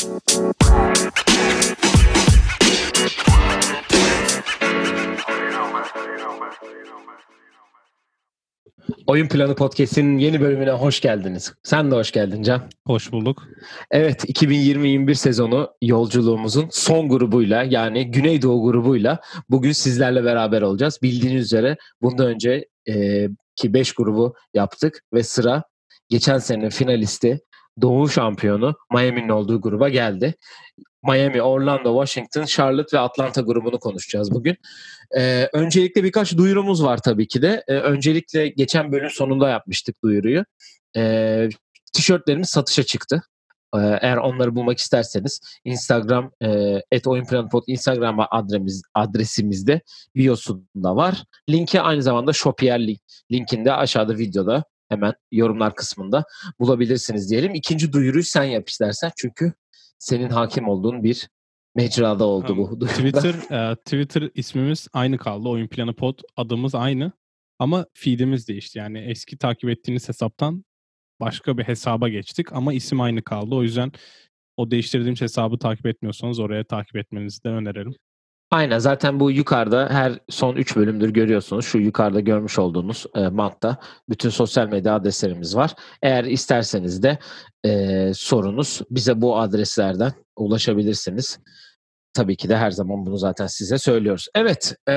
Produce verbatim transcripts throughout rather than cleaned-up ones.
Oyun Planı Podcast'in yeni bölümüne hoş geldiniz. Sen de hoş geldin Can. Hoş bulduk. Evet, iki bin yirmi yirmi bir sezonu yolculuğumuzun son grubuyla, yani Güneydoğu grubuyla bugün sizlerle beraber olacağız. Bildiğiniz üzere bundan önce e, ki beş grubu yaptık ve sıra geçen senenin finalisti, Doğu şampiyonu Miami'nin olduğu gruba geldi. Miami, Orlando, Washington, Charlotte ve Atlanta grubunu konuşacağız bugün. Ee, öncelikle birkaç duyurumuz var tabii ki de. Ee, öncelikle geçen bölüm sonunda yapmıştık duyuruyu. Ee, tişörtlerimiz satışa çıktı. Ee, eğer onları bulmak isterseniz Instagram et oyunplanıpod Instagram adresimiz, adresimizde biosunda var. Linki aynı zamanda Shopier link, linkinde aşağıda videoda hemen yorumlar kısmında bulabilirsiniz diyelim. İkinci duyuruyu sen yap istersen, çünkü senin hakim olduğun bir mecrada oldu bu. Twitter e, Twitter ismimiz aynı kaldı. Oyun Planı Pod adımız aynı. Ama feed'imiz değişti. Yani eski takip ettiğiniz hesaptan başka bir hesaba geçtik ama isim aynı kaldı. O yüzden o değiştirdiğimiz hesabı takip etmiyorsanız oraya takip etmenizi de öneririm. Aynen, zaten bu yukarıda her son üç bölümdür görüyorsunuz. Şu yukarıda görmüş olduğunuz e, bantta bütün sosyal medya adreslerimiz var. Eğer isterseniz de e, sorunuz bize bu adreslerden ulaşabilirsiniz. Tabii ki de her zaman bunu zaten size söylüyoruz. Evet, e,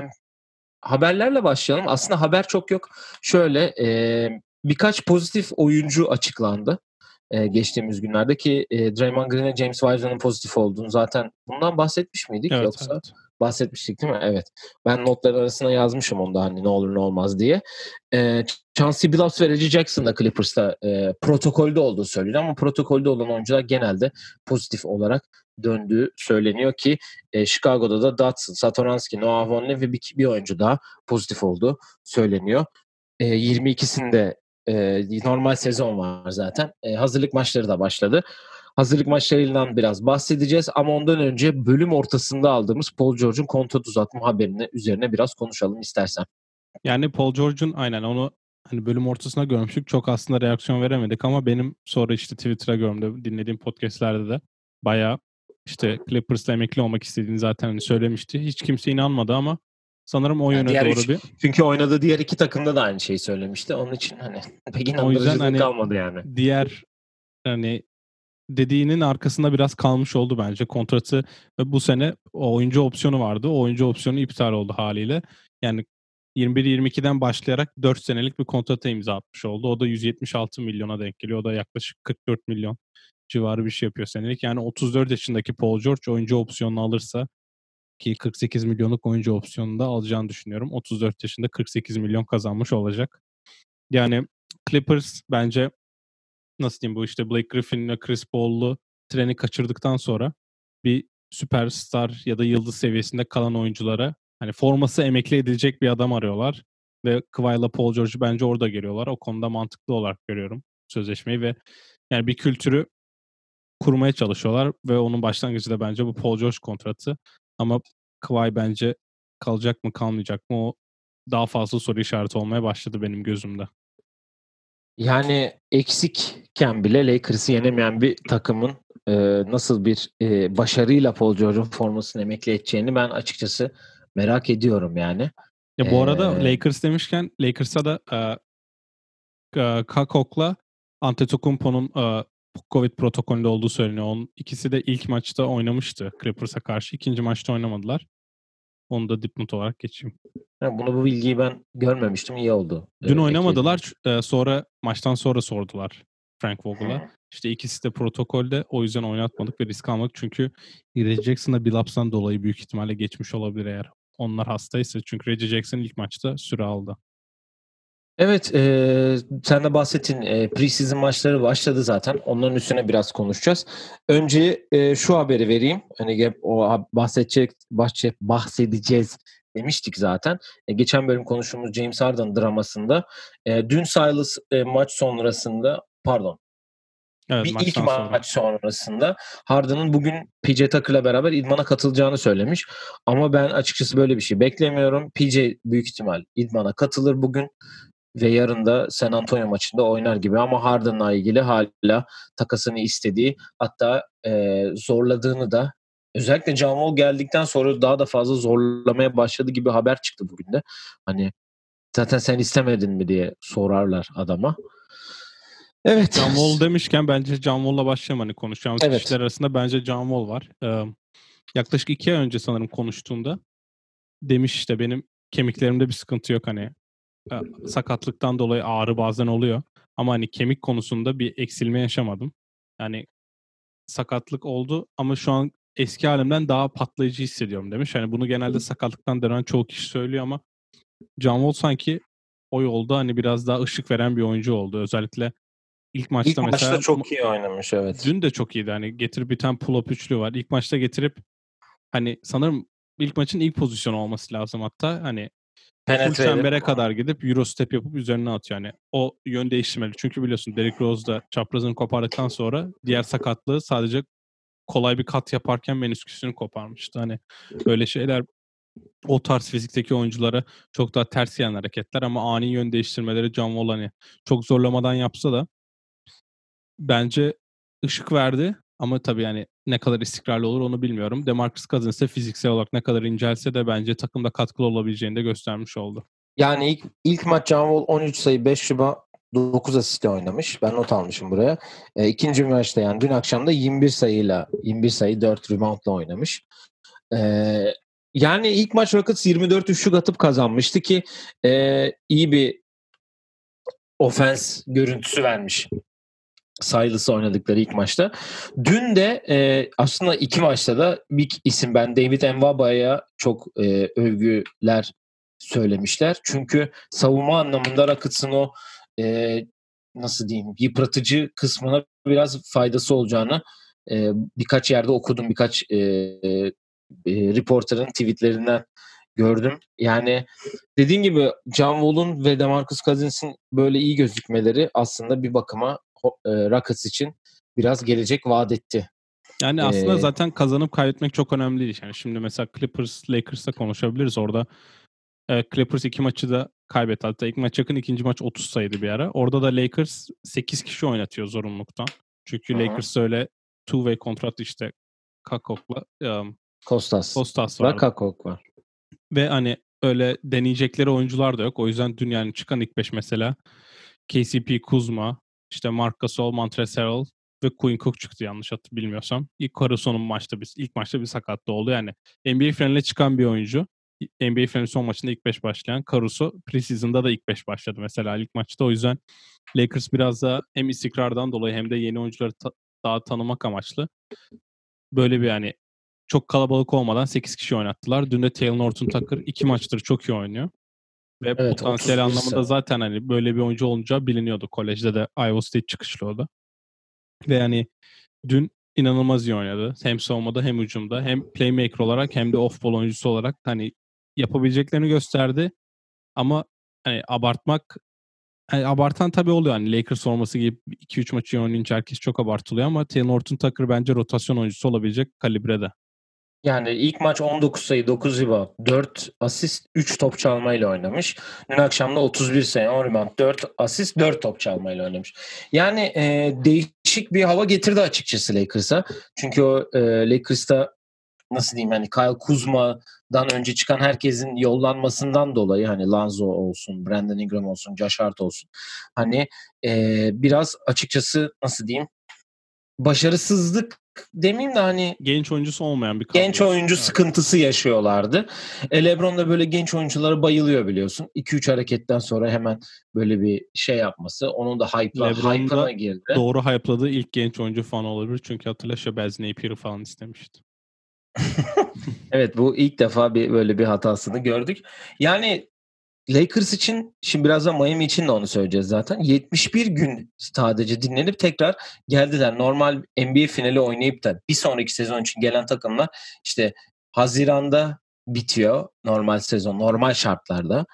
haberlerle başlayalım. Aslında haber çok yok. Şöyle e, birkaç pozitif oyuncu açıklandı. Ee, geçtiğimiz günlerde ki e, Draymond Green'e James Wiseman'ın pozitif olduğunu zaten bundan bahsetmiş miydik, evet, yoksa evet. bahsetmiştik değil mi? Evet. Ben notların arasına yazmışım onu da, hani ne olur ne olmaz diye. Ee, Chauncey Billups ve Reggie Jackson da Clippers'ta e, protokolde olduğu söyleniyor ama protokolde olan oyuncular genelde pozitif olarak döndüğü söyleniyor ki e, Chicago'da da Dotson, Satoransky, Noah Vonleh ve bir, bir oyuncu daha pozitif olduğu söyleniyor. E, yirmi ikisinde e, normal sezon var zaten. E, hazırlık maçları da başladı. Hazırlık maçlarından biraz bahsedeceğiz ama ondan önce bölüm ortasında aldığımız Paul George'un kontrat uzatma haberine üzerine biraz konuşalım istersen. Yani Paul George'un aynen onu hani bölüm ortasına görmüştük. Çok aslında reaksiyon veremedik ama benim sonra işte Twitter'a gördüm, dinlediğim podcastlerde de bayağı işte Clippers'ta emekli olmak istediğini zaten hani söylemişti. Hiç kimse inanmadı ama sanırım o yöne yani doğru üç, bir. Çünkü oynadığı diğer iki takımda da aynı şeyi söylemişti. Onun için hani pek inandırıcılığı hani kalmadı yani. Diğer hani dediğinin arkasında biraz kalmış oldu bence kontratı ve bu sene o oyuncu opsiyonu vardı. O oyuncu opsiyonu iptal oldu haliyle. Yani yirmi bir yirmi ikiden başlayarak dört senelik bir kontrata imza atmış oldu. O da yüz yetmiş altı milyona denk geliyor. O da yaklaşık kırk dört milyon civarı bir şey yapıyor senelik. Yani otuz dört yaşındaki Paul George oyuncu opsiyonunu alırsa, ki kırk sekiz milyonluk oyuncu opsiyonunu da alacağını düşünüyorum. otuz dört yaşında kırk sekiz milyon kazanmış olacak. Yani Clippers bence nasıl diyeyim, bu işte Blake Griffin'le Chris Paul'lu treni kaçırdıktan sonra bir süperstar ya da yıldız seviyesinde kalan oyunculara hani forması emekli edilecek bir adam arıyorlar ve Kawhi'la Paul George'u bence orada görüyorlar. O konuda mantıklı olarak görüyorum sözleşmeyi ve yani bir kültürü kurmaya çalışıyorlar ve onun başlangıcı da bence bu Paul George kontratı. Ama Kawhi bence kalacak mı kalmayacak mı, o daha fazla soru işareti olmaya başladı benim gözümde. Yani eksikken bile Lakers'ı yenemeyen bir takımın e, nasıl bir e, başarıyla Paul George'un formasını emekli edeceğini ben açıkçası merak ediyorum yani. Ya bu arada Ee, Lakers demişken Lakers'a da e, e, Kakok'la Antetokounmpo'nun e, Covid protokolünde olduğu söyleniyor. Onun ikisi de ilk maçta oynamıştı Clippers'a karşı. İkinci maçta oynamadılar. Onu da dipnot olarak geçeyim. bunu bu bilgiyi ben görmemiştim. İyi oldu. Dün Ee, oynamadılar. E, sonra maçtan sonra sordular Frank Vogel'a. Hı. İşte ikisi de protokolde. O yüzden oynatmadık ve risk almadık. Çünkü Reggie Jackson'da Billups'tan dolayı büyük ihtimalle geçmiş olabilir eğer onlar hastaysa. Çünkü Reggie Jackson ilk maçta süre aldı. Evet, e, sen de bahsettin. E, preseason maçları başladı zaten. Onların üstüne biraz konuşacağız. Önce e, şu haberi vereyim. Hani hep o bahsedecek, bahçe, bahsedeceğiz demiştik zaten. E, geçen bölüm konuştuğumuz James Harden dramasında. E, dün Silas e, maç sonrasında, pardon. Evet, Bir ilk maçtan maç sonra. sonrasında Harden'ın bugün P J Tucker'la beraber idmana katılacağını söylemiş. Ama ben açıkçası böyle bir şey beklemiyorum. P J büyük ihtimal idmana katılır bugün. ve yarın da San Antonio maçında oynar gibi ama Harden'la ilgili hala takasını istediği, hatta e, zorladığını da, özellikle John Wall geldikten sonra daha da fazla zorlamaya başladı gibi haber çıktı bugün de. Hani zaten sen istemedin mi diye sorarlar adama. Evet. John Wall demişken bence John Wall'la başlayalım hani konuşacağımız Evet. kişiler arasında bence John Wall var. Ee, yaklaşık iki ay önce sanırım konuştuğunda demiş işte benim kemiklerimde bir sıkıntı yok hani e, sakatlıktan dolayı ağrı bazen oluyor ama hani kemik konusunda bir eksilme yaşamadım. Yani sakatlık oldu ama şu an eski halimden daha patlayıcı hissediyorum demiş. Hani bunu genelde sakatlıktan dönen çoğu kişi söylüyor ama John Wall sanki o yolda hani biraz daha ışık veren bir oyuncu oldu. Özellikle ilk maçta İlk mesela maçta çok iyi oynamış, evet. dün de çok iyiydi. Hani getirip bir tane pull-up üçlü var. İlk maçta getirip hani sanırım ilk maçın ilk pozisyonu olması lazım hatta. Hani full Penetre edip çembere kadar gidip euro step yapıp üzerine atıyor. Yani o yön değiştirmeli. Çünkü biliyorsun Derrick Rose da çaprazını kopardıktan sonra diğer sakatlığı sadece kolay bir kat yaparken menisküsünü koparmıştı. Hani böyle şeyler o tarz fizikteki oyunculara çok daha ters gelen hareketler ama ani yön değiştirmeleri John Wall hani çok zorlamadan yapsa da bence ışık verdi. Ama tabii yani ne kadar istikrarlı olur onu bilmiyorum. DeMarcus Cousins ise fiziksel olarak ne kadar incelse de bence takımda katkılı olabileceğini de göstermiş oldu. Yani ilk ilk maç John Wall on üç sayı, beş rebound, dokuz asiste oynamış. Ben not almışım buraya. E, ikinci maçta yani dün akşam da yirmi bir sayıyla yirmi bir sayı dört reboundla oynamış. E, yani ilk maç Rockets yirmi dört üçlük atıp kazanmıştı ki e, iyi bir ofens görüntüsü vermiş Silas'ı oynadıkları ilk maçta. Dün de e, aslında iki maçta da bir isim, ben David Nwaba'ya çok e, övgüler söylemişler. Çünkü savunma anlamında Rockets'ın o e, nasıl diyeyim yıpratıcı kısmına biraz faydası olacağını e, birkaç yerde okudum. Birkaç e, e, reporter'ın tweetlerinden gördüm. Yani dediğin gibi John Wall'un ve DeMarcus Cousins'in böyle iyi gözükmeleri aslında bir bakıma e, Rockets için biraz gelecek vaat etti. Yani aslında ee, zaten kazanıp kaybetmek çok önemli değil. Yani şimdi mesela Clippers, Lakers'ta konuşabiliriz. Orada e, Clippers iki maçı da kaybetti. Hatta ilk maç yakın, ikinci maç otuz sayıydı bir ara. Orada da Lakers sekiz kişi oynatıyor zorunluluktan. Çünkü Hı-hı. Lakers öyle two-way kontrat işte Kakok'la um, Kostas. Kostas vardı. Kakok var. Ve hani öyle deneyecekleri oyuncular da yok. O yüzden dün yani çıkan ilk beş mesela K C P, Kuzma, işte Marc Gasol, Montrezl Harrell ve Quinn Cook çıktı yanlış bilmiyorsam. İlk Caruso'nun maçta bir, ilk maçta bir sakatlığı oldu. Yani N B A finaline çıkan bir oyuncu. N B A finali son maçında ilk beş başlayan Caruso preseason'da da ilk beş başladı mesela ilk maçta. O yüzden Lakers biraz da hem istikrardan dolayı hem de yeni oyuncuları ta- daha tanımak amaçlı böyle bir yani çok kalabalık olmadan sekiz kişi oynattılar. Dün de Taylor Horton Tucker iki maçtır çok iyi oynuyor. Ve evet, potansiyel anlamında zaten hani böyle bir oyuncu olacağı biliniyordu. Kolejde de Iowa State çıkışlı o da. Ve yani dün inanılmaz iyi oynadı. Hem savunmada hem hücumda hem playmaker olarak hem de off-ball oyuncusu olarak hani yapabileceklerini gösterdi. Ama hani abartmak yani abartan tabii oluyor. Hani Lakers forması gibi iki üç maçı oynayınca herkes çok abartılıyor ama Taylor Horton Tucker bence rotasyon oyuncusu olabilecek kalibrede. Yani ilk maç on dokuz sayı, dokuz rebound, dört asist, üç top çalmayla oynamış. Dün akşam da otuz bir sayı, on rebound, dört asist, dört top çalmayla oynamış. Yani e, değişik bir hava getirdi açıkçası Lakers'a. Çünkü o e, Lakers'ta nasıl diyeyim yani Kyle Kuzma'dan önce çıkan herkesin yollanmasından dolayı hani Lonzo olsun, Brandon Ingram olsun, Josh Hart olsun. Hani e, biraz açıkçası nasıl diyeyim başarısızlık demeyeyim de hani genç oyuncusu olmayan bir kadro. Genç oyuncu evet. sıkıntısı yaşıyorlardı. E, LeBron da böyle genç oyunculara bayılıyor biliyorsun. iki üç hareketten sonra hemen böyle bir şey yapması. Onun da hype'la, hype'ına girdi. Doğru hype'ladığı ilk genç oyuncu falan olabilir. Çünkü hatırla Shabazz Napier'ı falan istemişti. Evet, bu ilk defa bir böyle bir hatasını gördük. Yani Lakers için, şimdi birazdan Miami için de onu söyleyeceğiz zaten. yetmiş bir gün sadece dinlenip tekrar geldiler. Normal N B A finali oynayıp da bir sonraki sezon için gelen takımlar işte Haziran'da bitiyor normal sezon, normal şartlarda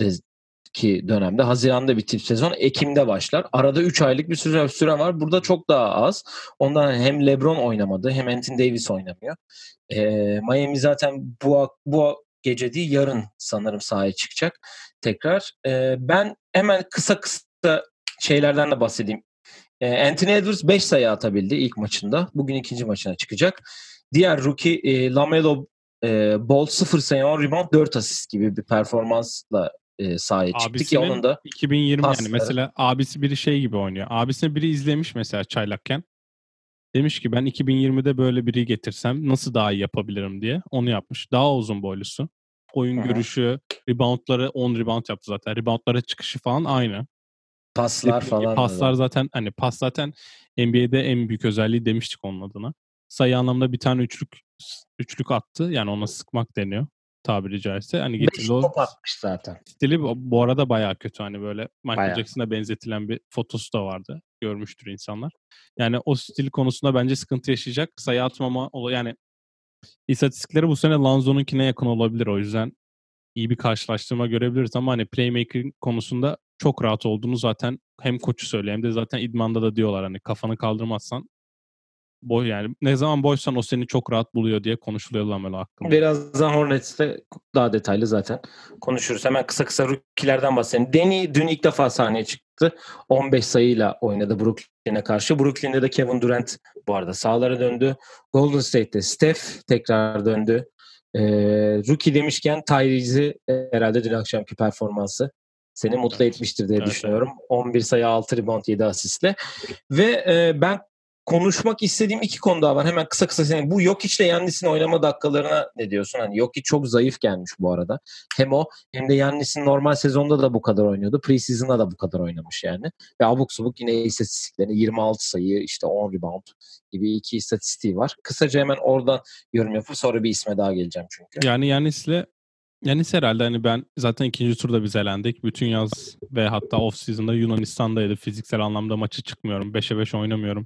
ki dönemde Haziran'da bitip sezon Ekim'de başlar. Arada üç aylık bir süre, süre var. Burada çok daha az. Ondan hem LeBron oynamadı hem Anthony Davis oynamıyor. Ee, Miami zaten bu bu gece değil yarın sanırım sahaya çıkacak tekrar. E, ben hemen kısa kısa şeylerden de bahsedeyim. E, Anthony Edwards beş sayı atabildi ilk maçında. Bugün ikinci maçına çıkacak. Diğer rookie e, LaMelo e, Ball sıfır sayı on rebound dört asist gibi bir performansla e, sahaya çıktı ki onun Abisinin da iki bin yirmi yani pasları. mesela abisi biri şey gibi oynuyor. Abisini biri izlemiş mesela çaylakken. Demiş ki ben iki bin yirmide böyle biri getirsem nasıl daha iyi yapabilirim diye. Onu yapmış. Daha uzun boylusu. Oyun Hı hı. görüşü, reboundları on rebound yaptı zaten. Reboundlara çıkışı falan aynı. Paslar Dribblingi, falan paslar da. zaten hani pas zaten N B A'de en büyük özelliği demiştik onun adına. Sayı anlamda bir tane üçlük üçlük attı. Yani ona sıkmak deniyor tabiri caizse. Hani beş getirdi o top atmış zaten. stili bu bu arada bayağı kötü. Hani böyle Michael Bayağı. Jackson'a benzetilen bir fotosu da vardı. Görmüştür insanlar. Yani o stil konusunda bence sıkıntı yaşayacak. Sayı atmama ola- yani istatistikleri bu sene Lonzo'nunkine yakın olabilir. O yüzden iyi bir karşılaştırma görebiliriz ama hani playmaking konusunda çok rahat olduğunu zaten hem koçu söylüyor hem de zaten idmanda da diyorlar hani kafanı kaldırmazsan boy yani ne zaman boşsan o seni çok rahat buluyor diye konuşuluyor Lamelo hakkında. Birazdan Hornets'te daha detaylı zaten konuşuruz. Hemen kısa kısa rookie'lerden bahsedelim. Danny dün ilk defa sahneye çıktı. on beş sayıyla oynadı Brooklyn'e karşı. Brooklyn'de de Kevin Durant bu arada sahalara döndü. Golden State'te Steph tekrar döndü. Ee, rookie demişken Tyrese'i herhalde dün akşamki performansı seni mutlu Evet. etmiştir diye Evet, düşünüyorum. on bir sayı altı rebound yedi asistle. Ve e, ben konuşmak istediğim iki konu daha var. Hemen kısa kısa senin. Bu Jokic'le Yannis'in oynama dakikalarına ne diyorsun? Hani Jokic çok zayıf gelmiş bu arada. Hem o hem de Yannis'in normal sezonda da bu kadar oynuyordu. Preseason'da da bu kadar oynamış yani. Ve abuk subuk yine istatistiklerini yirmi altı sayı işte on rebound gibi iki istatistiği var. Kısaca hemen oradan yorum yapıp sonra bir isme daha geleceğim çünkü. Yani Yanis'le Yanis herhalde hani ben zaten ikinci turda biz elendik. Bütün yaz ve hatta off season'da Yunanistan'daydı. Fiziksel anlamda maçı çıkmıyorum. beşe beş oynamıyorum.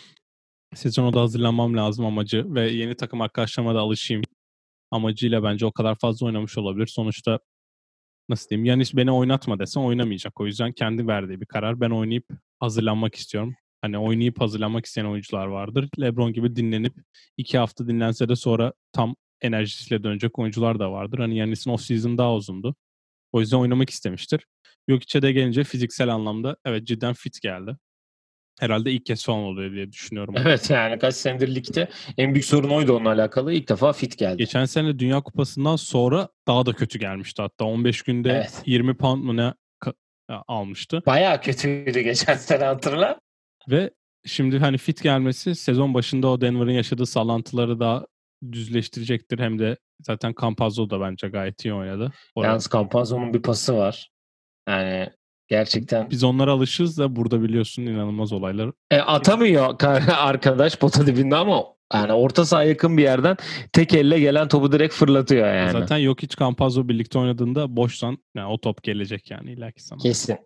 Sezona da hazırlanmam lazım amacı ve yeni takım arkadaşlarıma da alışayım amacıyla bence o kadar fazla oynamış olabilir. Sonuçta nasıl diyeyim Yanis beni oynatma desen oynamayacak. O yüzden kendi verdiği bir karar. Ben oynayıp hazırlanmak istiyorum. Hani oynayıp hazırlanmak isteyen oyuncular vardır. LeBron gibi dinlenip iki hafta dinlense de sonra tam enerjisiyle dönecek oyuncular da vardır. Hani Yanis'in off season daha uzundu. O yüzden oynamak istemiştir. Jokic'e de gelince fiziksel anlamda evet cidden fit geldi. Herhalde ilk kez falan oluyor diye düşünüyorum o. Evet yani kaç senedir ligde en büyük sorun oydu onunla alakalı. İlk defa fit geldi. Geçen sene Dünya Kupası'ndan sonra daha da kötü gelmişti hatta. on beş günde Evet. yirmi pound mu ne ka- almıştı. Bayağı kötüydü geçen sene hatırla. Ve şimdi hani fit gelmesi sezon başında o Denver'ın yaşadığı sallantıları da düzleştirecektir. Hem de zaten Campazzo da bence gayet iyi oynadı. Orada. Yalnız Campazzo'nun bir pası var. Yani gerçekten Biz onlara alışırız da burada biliyorsun inanılmaz olaylar. e, atamıyor arkadaş pota dibinde ama yani orta saha yakın bir yerden tek elle gelen topu direkt fırlatıyor yani. Zaten Jokic Campazzo birlikte oynadığında boşsan yani o top gelecek yani illaki sana. Kesin.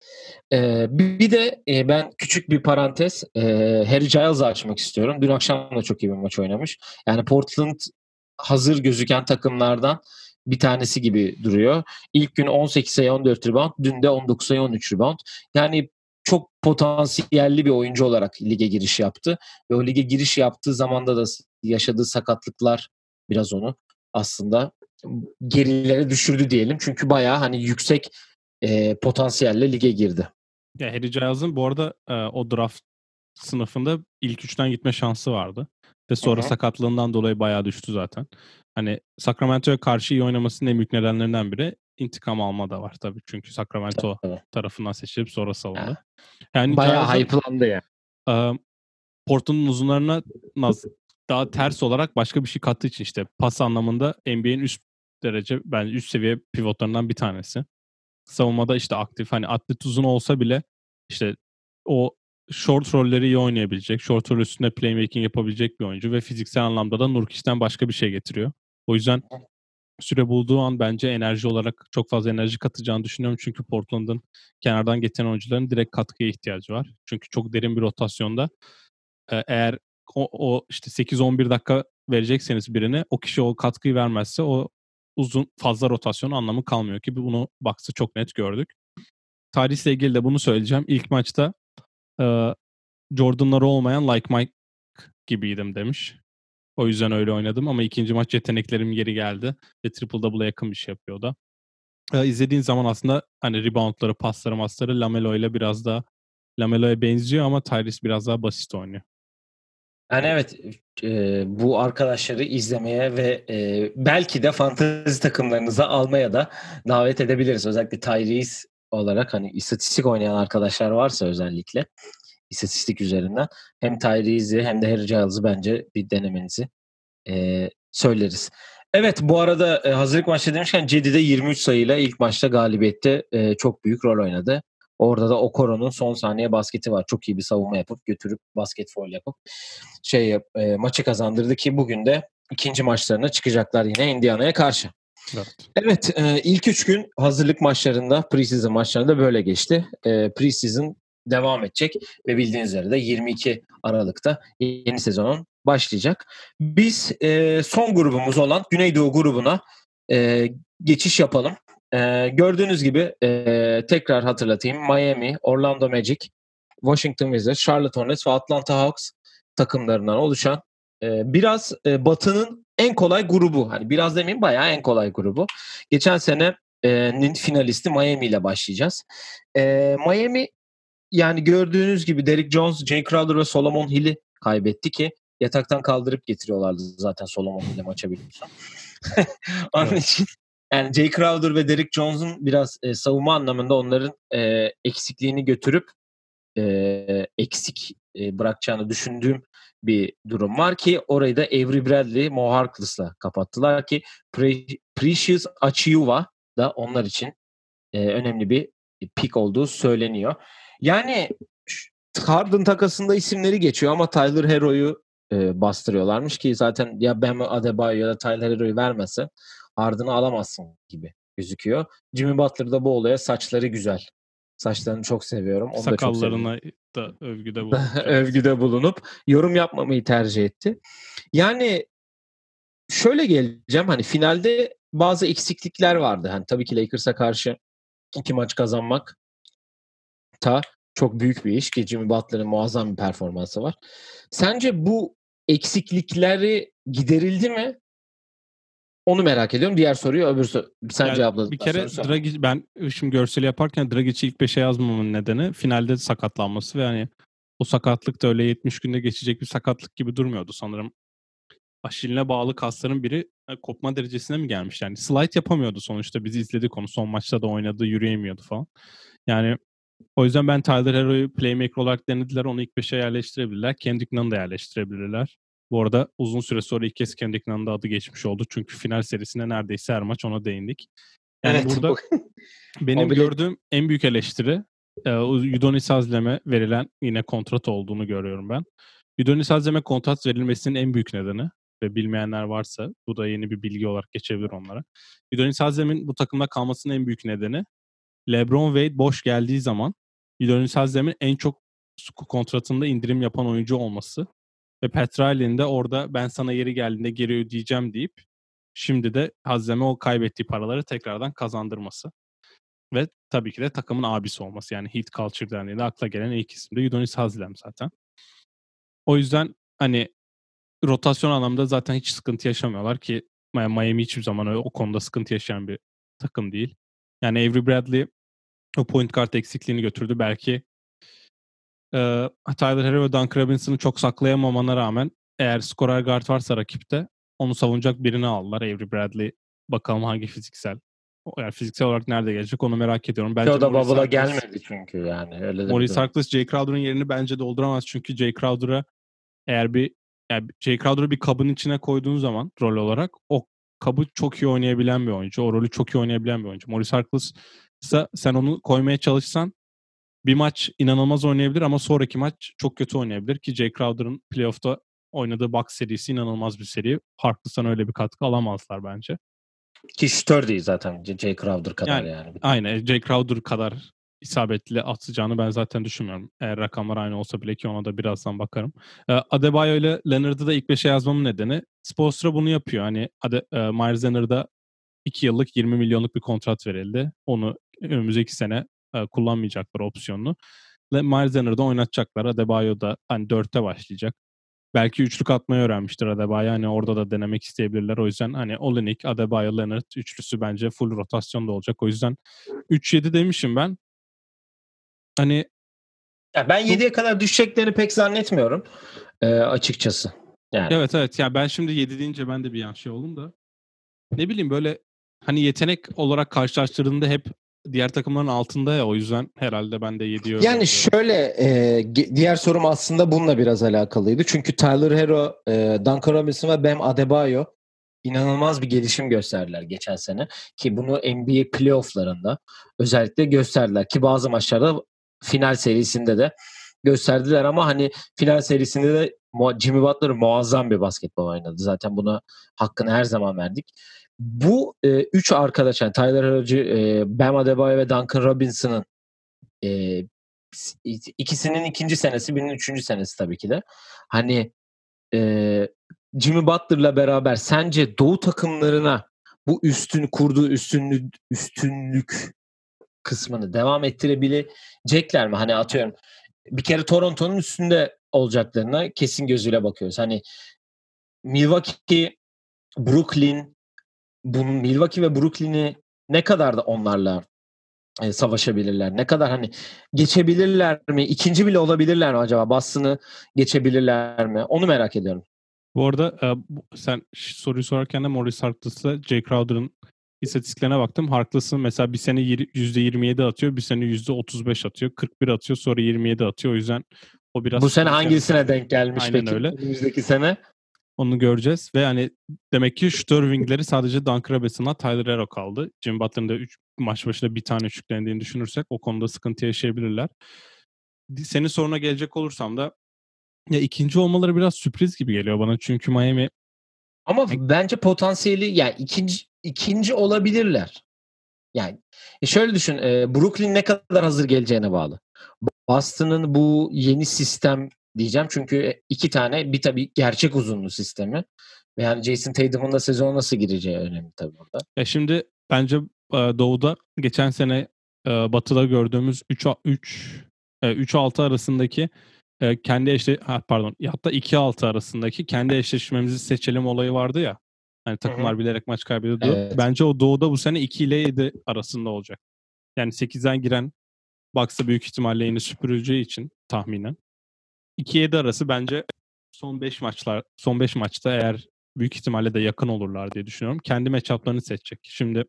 Ee, bir de e, ben küçük bir parantez e, Harry Giles'ı açmak istiyorum. Dün akşam da çok iyi bir maç oynamış. Yani Portland hazır gözüken takımlardan bir tanesi gibi duruyor. İlk gün on sekiz sayı on dört rebound, dün de on dokuz sayı on üç rebound. Yani çok potansiyelli bir oyuncu olarak lige giriş yaptı. Ve o lige giriş yaptığı zamanda da yaşadığı sakatlıklar biraz onu aslında gerilere düşürdü diyelim. Çünkü bayağı hani yüksek e, potansiyelle lige girdi. Ya Harry Giles'ın bu arada e, o draft sınıfında ilk üçten gitme şansı vardı. Ve sonra Hı hı. sakatlığından dolayı bayağı düştü zaten. Hani Sacramento'ya karşı iyi oynamasının en büyük nedenlerinden biri intikam alma da var tabii. Çünkü Sacramento Tabii. tarafından seçilip sonra salındı. Ha, Yani bayağı Giles'ın hype'landı ya. e, Portland'ın uzunlarına naz, daha ters olarak başka bir şey kattığı için işte pas anlamında N B A'nin üst derece bence üst seviye pivotlarından bir tanesi. Savunmada işte aktif hani atlet uzun olsa bile işte o short rolleri iyi oynayabilecek, short rol üstünde playmaking yapabilecek bir oyuncu ve fiziksel anlamda da Nurkic'ten başka bir şey getiriyor. O yüzden süre bulduğu an bence enerji olarak çok fazla enerji katacağını düşünüyorum. Çünkü Portland'ın kenardan getiren oyuncuların direkt katkıya ihtiyacı var. Çünkü çok derin bir rotasyonda e, eğer o, o işte sekiz on bir dakika verecekseniz birine o kişi o katkıyı vermezse o uzun fazla rotasyon anlamı kalmıyor ki bunu Bucks'ta çok net gördük. Tarihle ilgili de bunu söyleyeceğim. İlk maçta e, Jordan'ları olmayan Like Mike gibiydim demiş. O yüzden öyle oynadım ama ikinci maç yeteneklerim geri geldi ve triple double'a yakın bir şey yapıyor o da. Eee, izlediğin zaman aslında hani reboundları, pasları, masları Lamelo ile biraz daha Lamelo'ya benziyor ama Tyrese biraz daha basit oynuyor. Yani evet, e, bu arkadaşları izlemeye ve e, belki de fantezi takımlarınıza almaya da davet edebiliriz. Özellikle Tyrese olarak hani istatistik oynayan arkadaşlar varsa özellikle istatistik üzerinden hem Tyrese'i hem de Harry Giles'ı bence bir denemenizi e, söyleriz. Evet, bu arada e, hazırlık maçı demişken Cedi de yirmi üç sayıyla ilk maçta galibiyette e, çok büyük rol oynadı. Orada da Okoro'nun son saniye basketi var. Çok iyi bir savunma yapıp götürüp basket foul yapıp şey yap- e, maçı kazandırdı ki bugün de ikinci maçlarına çıkacaklar yine Indiana'ya karşı. Evet. Evet, e, ilk üç gün hazırlık maçlarında, preseason maçlarında böyle geçti. E, preseason devam edecek ve bildiğiniz üzere de yirmi iki Aralık'ta yeni sezonun başlayacak. Biz e, son grubumuz olan Güneydoğu grubuna e, geçiş yapalım. E, gördüğünüz gibi e, tekrar hatırlatayım. Miami, Orlando Magic, Washington Wizards, Charlotte Hornets ve Atlanta Hawks takımlarından oluşan e, biraz e, Batı'nın en kolay grubu. Hani biraz demeyeyim, bayağı en kolay grubu. Geçen senenin finalisti Miami ile başlayacağız. E, Miami, yani gördüğünüz gibi Derrick Jones, Jay Crowder ve Solomon Hill'i kaybetti ki yataktan kaldırıp getiriyorlardı zaten Solomon Hill'e maça, biliyorsun. Onun Evet. için yani Jay Crowder ve Derrick Jones'un biraz e, savunma anlamında onların e, eksikliğini götürüp e, eksik e, bırakacağını düşündüğüm bir durum var ki orayı da Avery Bradley, Mo Harkless'la kapattılar ki Pre- Precious Achiuwa da onlar için e, önemli bir pick olduğu söyleniyor. Yani Harden takasında isimleri geçiyor ama Tyler Hero'yu e, bastırıyorlarmış ki zaten ya Bam Adebayo ya da Tyler Hero'yu vermezsen Harden'ı alamazsın gibi gözüküyor. Jimmy Butler da bu olaya saçları güzel. Saçlarını çok seviyorum. Onu da çok seviyorum. Sakallarına da övgüde bulunmuş. Evet. Övgüde bulunup yorum yapmamayı tercih etti. Yani şöyle geleceğim, hani finalde bazı eksiklikler vardı. Hani tabii ki Lakers'a karşı iki maç kazanmak ta çok büyük bir iş ki Jimmy Butler'ın muazzam bir performansı var. Sence bu eksiklikleri giderildi mi? Onu merak ediyorum. Diğer soruyu öbür so- sen Yani bir cevapladıktan sonra kere sorayım. Dragic, ben şimdi görseli yaparken Dragic'i ilk beşe yazmamın nedeni finalde sakatlanması ve hani o sakatlık da öyle yetmiş günde geçecek bir sakatlık gibi durmuyordu sanırım. Aşiline bağlı kasların biri e, kopma derecesine mi gelmiş? Yani slide yapamıyordu sonuçta. Biz izledik onu. Son maçta da oynadı, yürüyemiyordu falan. Yani o yüzden ben Tyler Hero'yu playmaker olarak denediler. Onu ilk beşe yerleştirebilirler. Kendrick Nunn'ı da yerleştirebilirler. Bu arada uzun süre sonra ilk kez Kendrick Nunn'ın da adı geçmiş oldu. Çünkü final serisinde neredeyse her maç ona değindik. Yani Evet, burada bu o benim bile gördüğüm en büyük eleştiri e, Udonis Haslem'e verilen yine kontrat olduğunu görüyorum ben. Udonis Haslem'e kontrat verilmesinin en büyük nedeni ve bilmeyenler varsa bu da yeni bir bilgi olarak geçebilir onlara. Udonis Haslem'in bu takımda kalmasının en büyük nedeni LeBron Wade boş geldiği zaman Udonis Haslem'in en çok kontratında indirim yapan oyuncu olması ve Pat Riley'nin de orada ben sana yeri geldiğinde geri ödeyeceğim deyip şimdi de Haslem'e o kaybettiği paraları tekrardan kazandırması. Ve tabii ki de takımın abisi olması. Yani Heat Culture Derneği'nde akla gelen ilk isim de Udonis Haslem zaten. O yüzden hani rotasyon anlamında zaten hiç sıkıntı yaşamıyorlar ki Miami hiçbir zaman öyle, o konuda sıkıntı yaşayan bir takım değil. Yani Avery Bradley o point guard eksikliğini götürdü. Belki e, Tyler Hero ve Duncan Robinson'ı çok saklayamamana rağmen eğer skorer guard varsa rakipte onu savunacak birini aldılar. Avery Bradley bakalım hangi fiziksel yani fiziksel olarak nerede gelecek onu merak ediyorum. ki Bence o da Maurice bubble'a Harkless gelmedi çünkü, yani öyle de bir Maurice durum. Harkless Jay Crowder'ın yerini bence dolduramaz. Çünkü Jay Crowder'a eğer bir yani Jay Crowder'ı bir kabın içine koyduğun zaman rol olarak o kabı çok iyi oynayabilen bir oyuncu. O rolü çok iyi oynayabilen bir oyuncu. Maurice Harkless ise sen onu koymaya çalışsan bir maç inanılmaz oynayabilir ama sonraki maç çok kötü oynayabilir ki Jay Crowder'ın playoff'ta oynadığı Bucks serisi inanılmaz bir seri. Harkless'tan öyle bir katkı alamazlar bence. Ki şütör değil zaten Jay Crowder kadar Yani yani. aynen Jay Crowder kadar isabetli atacağını ben zaten düşünmüyorum. Eğer rakamlar aynı olsa bile ki ona da birazdan bakarım. Ee, Adebayo ile Leonard'ı da ilk beşe yazmamın nedeni Spoelstra bunu yapıyor. Hani Ade, e, Myers Leonard'a iki yıllık yirmi milyonluk bir kontrat verildi. Onu önümüzdeki sene e, kullanmayacaklar opsiyonunu. Ve Myers Leonard'ı oynatacaklar. Adebayo da hani dörtte başlayacak. belki üçlük atmayı öğrenmiştir Adebayo. Hani orada da denemek isteyebilirler. O yüzden hani Olynyk, Adebayo, Leonard üçlüsü bence full rotasyonda olacak. O yüzden üç yedi demişim ben. Hani ya ben yediye kadar düşeceklerini pek zannetmiyorum e, açıkçası. Yani. Evet evet. Ya ben şimdi yedi deyince ben de bir an şey oldum da. Ne bileyim böyle hani yetenek olarak karşılaştırdığında hep diğer takımların altında ya, o yüzden herhalde ben de yediye öyle Yani oluyorum. şöyle e, diğer sorum aslında bununla biraz alakalıydı. Çünkü Tyler Herro, e, Duncan Robinson ve Bam Adebayo inanılmaz bir gelişim gösterdiler geçen sene. Ki bunu N B A playofflarında özellikle gösterdiler. Ki bazı maçlarda final serisinde de gösterdiler ama hani final serisinde de Jimmy Butler muazzam bir basketbol oynadı. Zaten buna hakkını her zaman verdik. Bu e, üç arkadaş yani Tyler Herro, e, Bam Adebayo ve Duncan Robinson'ın e, ikisinin ikinci senesi, birinin üçüncü senesi tabii ki de. Hani e, Jimmy Butler'la beraber sence Doğu takımlarına bu üstün kurduğu üstünlük üstünlük kısmını devam ettirebilecekler mi? Hani atıyorum bir kere Toronto'nun üstünde olacaklarına kesin gözüyle bakıyoruz. Hani Milwaukee, Brooklyn, bunun Milwaukee ve Brooklyn'i ne kadar da onlarla e, savaşabilirler? Ne kadar hani geçebilirler mi? İkinci bile olabilirler mi acaba? Boston'ı geçebilirler mi? Onu merak ediyorum. Bu arada e, bu- sen ş- soruyu sorarken de Maurice Harkless'la Jay Crowder'ın istatistiklerine baktım. Harkless'ın mesela bir sene yir- yüzde yirmi yedi atıyor, bir sene yüzde otuz beş atıyor, kırk bir atıyor, sonra yirmi yedi atıyor. O yüzden o biraz Bu sene sıkıntı hangisine yaratabilir. denk gelmiş Aynen peki? öyle. Önümüzdeki sene. Onu göreceğiz ve hani demek ki şutör wingleri sadece Duncan Robinson'la Tyler Herro kaldı. Jimmy Butler'ın da üç maç başına bir tane üçlük denediğini düşünürsek o konuda sıkıntı yaşayabilirler. Senin soruna gelecek olursam da ya ikinci olmaları biraz sürpriz gibi geliyor bana. Çünkü Miami Ama bence potansiyeli yani ikinci ikinci olabilirler. Yani e şöyle düşün, e, Brooklyn ne kadar hazır geleceğine bağlı. Boston'ın bu yeni sistem diyeceğim çünkü iki tane bir tabii gerçek uzunlu sistemi ve yani Jason Tatum'un da sezona nasıl gireceği önemli tabii burada. ya şimdi bence e, Doğu'da geçen sene e, Batı'da gördüğümüz üç üç üç altı arasındaki e, kendi eşle ha, pardon hatta iki altı arasındaki kendi eşleşmemizi seçelim olayı vardı ya. Hani takımlar Hı hı. bilerek maç kaybediyordu. Evet. Bence o Doğu'da bu sene iki ile yedi arasında olacak. Yani sekizden giren Bucks'a büyük ihtimalle yine süpürüleceği için tahminen. iki yedi arası bence son beş maçlar son beş maçta eğer büyük ihtimalle de yakın olurlar diye düşünüyorum. Kendi matchup'larını seçecek. Şimdi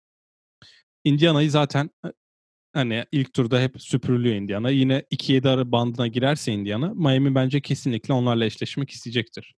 Indiana'yı zaten hani ilk turda hep süpürülüyor Indiana. Yine iki yedi ara bandına girerse Indiana, Miami bence kesinlikle onlarla eşleşmek isteyecektir.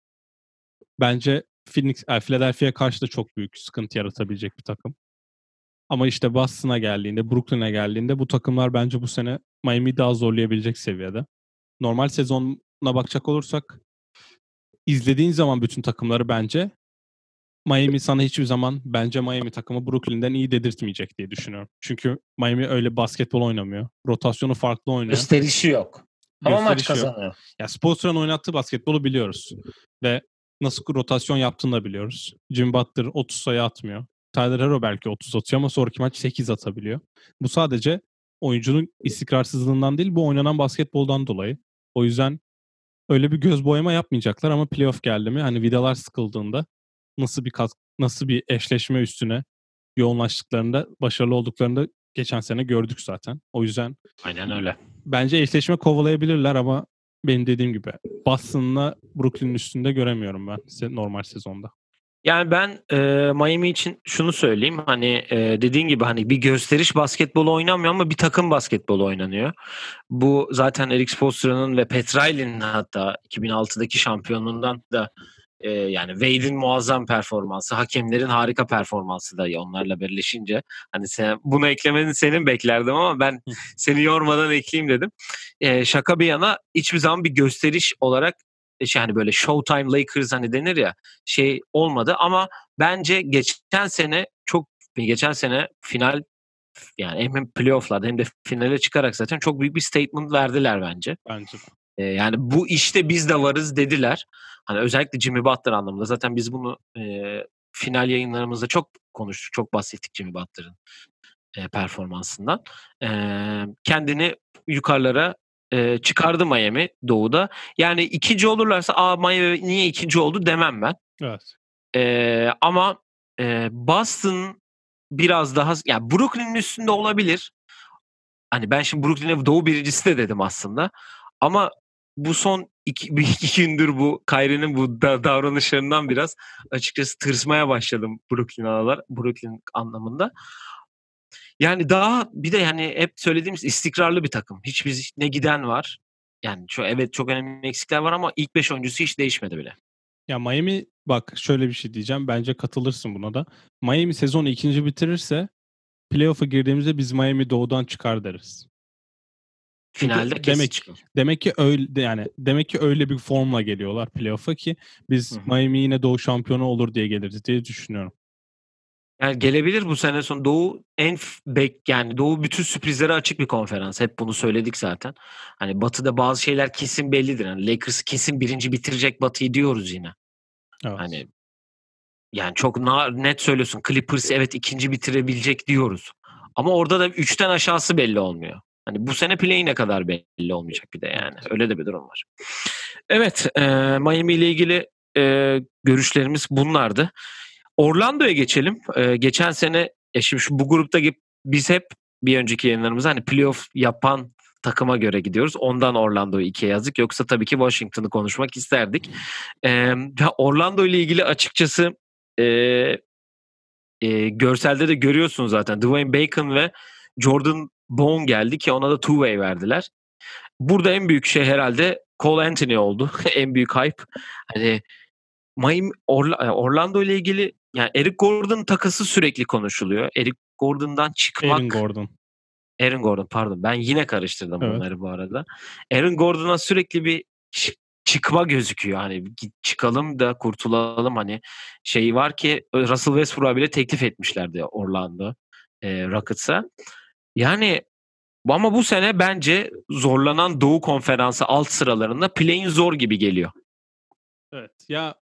Bence Phoenix, Philadelphia'ya karşı da çok büyük sıkıntı yaratabilecek bir takım. Ama işte Boston'a geldiğinde, Brooklyn'e geldiğinde bu takımlar bence bu sene Miami'yi daha zorlayabilecek seviyede. Normal sezonuna bakacak olursak izlediğin zaman bütün takımları bence Miami sana hiçbir zaman bence Miami takımı Brooklyn'den iyi dedirtmeyecek diye düşünüyorum. Çünkü Miami öyle basketbol oynamıyor. Rotasyonu farklı oynuyor. Gösterişi yok. Ama maç Gösterişi yok. kazanıyor. Ya Spoelstra'nın oynattığı basketbolu biliyoruz. Ve nasıl rotasyon yaptığını da biliyoruz. Jimmy Butler otuz sayı atmıyor. Tyler Herro belki otuz atıyor ama sonraki maç sekiz atabiliyor. Bu sadece oyuncunun istikrarsızlığından değil, bu oynanan basketboldan dolayı. O yüzden öyle bir göz boyama yapmayacaklar ama playoff geldi mi hani vidalar sıkıldığında nasıl bir kas- nasıl bir eşleşme üstüne yoğunlaştıklarında, başarılı olduklarında geçen sene gördük zaten. O yüzden Aynen öyle. bence eşleşme kovalayabilirler ama benim dediğim gibi Boston'la Brooklyn'in üstünde göremiyorum ben se- normal sezonda. Yani ben e, Miami için şunu söyleyeyim. Hani e, dediğin gibi hani bir gösteriş basketbolu oynanmıyor ama bir takım basketbolu oynanıyor. Bu zaten Eric Spoelstra'nın ve Pat Riley'nin hatta iki bin altıdaki şampiyonluğundan da e, yani Wade'in muazzam performansı, hakemlerin harika performansı da onlarla birleşince hani sen bunu eklemeni senin beklerdim ama ben seni yormadan ekleyeyim dedim. E, şaka bir yana hiçbir zaman bir gösteriş olarak yani böyle Showtime Lakers hani denir ya şey olmadı ama bence geçen sene çok geçen sene final yani hem playoff'larda hem de finale çıkarak zaten çok büyük bir statement verdiler bence. Bence de. Ee, yani bu işte biz de varız dediler. Hani özellikle Jimmy Butler anlamında. Zaten biz bunu e, final yayınlarımızda çok konuştuk, çok bahsettik Jimmy Butler'ın e, performansından. E, kendini yukarılara e, çıkardı Miami Doğu'da. Yani ikinci olurlarsa aa Miami niye ikinci oldu demem ben. Evet. E, ama e, Boston biraz daha yani Brooklyn'in üstünde olabilir. Hani ben şimdi Brooklyn'e Doğu birincisi de dedim aslında. Ama bu son iki, bir iki gündür bu Kyrie'nin bu da, davranışlarından biraz açıkçası tırsmaya başladım Brooklyn ağlar, Brooklyn anlamında. Yani daha bir de yani hep söylediğimiz istikrarlı bir takım. Hiçbir ne giden var. Yani şu evet çok önemli eksikler var ama ilk beş oyuncusu hiç değişmedi bile. Ya Miami bak şöyle bir şey diyeceğim. Bence katılırsın buna da. Miami sezonu ikinci bitirirse playoff'a girdiğimizde biz Miami Doğu'dan çıkar deriz. Çünkü Finalde kesin demek çıkar. demek ki öyle yani demek ki öyle bir formla geliyorlar playoff'a ki biz Hı hı. Miami yine Doğu şampiyonu olur diye geliriz diye düşünüyorum. Yani gelebilir bu sene son Doğu en bek yani Doğu bütün sürprizlere açık bir konferans. Hep bunu söyledik zaten. Hani Batı'da bazı şeyler kesin bellidir. Hani Lakers kesin birinci bitirecek Batı'yı diyoruz yine. Evet. Hani yani çok na- net söylüyorsun. Clippers evet ikinci bitirebilecek diyoruz. Ama orada da üçten aşağısı belli olmuyor. Hani bu sene play ne kadar belli olmayacak bir de yani. Evet. Öyle de bir durum var. Evet, e, Miami ile ilgili e, görüşlerimiz bunlardı. Orlando'ya geçelim. E, geçen sene e şimdi şu, bu grupta biz hep bir önceki yayınlarımızda hani playoff yapan takıma göre gidiyoruz. Ondan Orlando'yu ikiye yazdık. Yoksa tabii ki Washington'ı konuşmak isterdik. E, Orlando ile ilgili açıkçası e, e, görselde de görüyorsunuz zaten. Dwayne Bacon ve Jordan Bone geldi ki ona da two-way verdiler. Burada en büyük şey herhalde Cole Anthony oldu. En büyük hype. Hani Miami, Orla- Orlando ile ilgili yani Eric Gordon takası sürekli konuşuluyor. Eric Gordon'dan çıkmak Aaron Gordon. Aaron Gordon pardon. Ben yine karıştırdım Evet. bunları bu arada. Aaron Gordon'a sürekli bir ç- çıkma gözüküyor. Hani git çıkalım da kurtulalım hani şey var ki Russell Westbrook'a bile teklif etmişlerdi Orlando e, Rockets'a. Yani ama bu sene bence zorlanan Doğu Konferansı alt sıralarında play-in zor gibi geliyor. Evet. Ya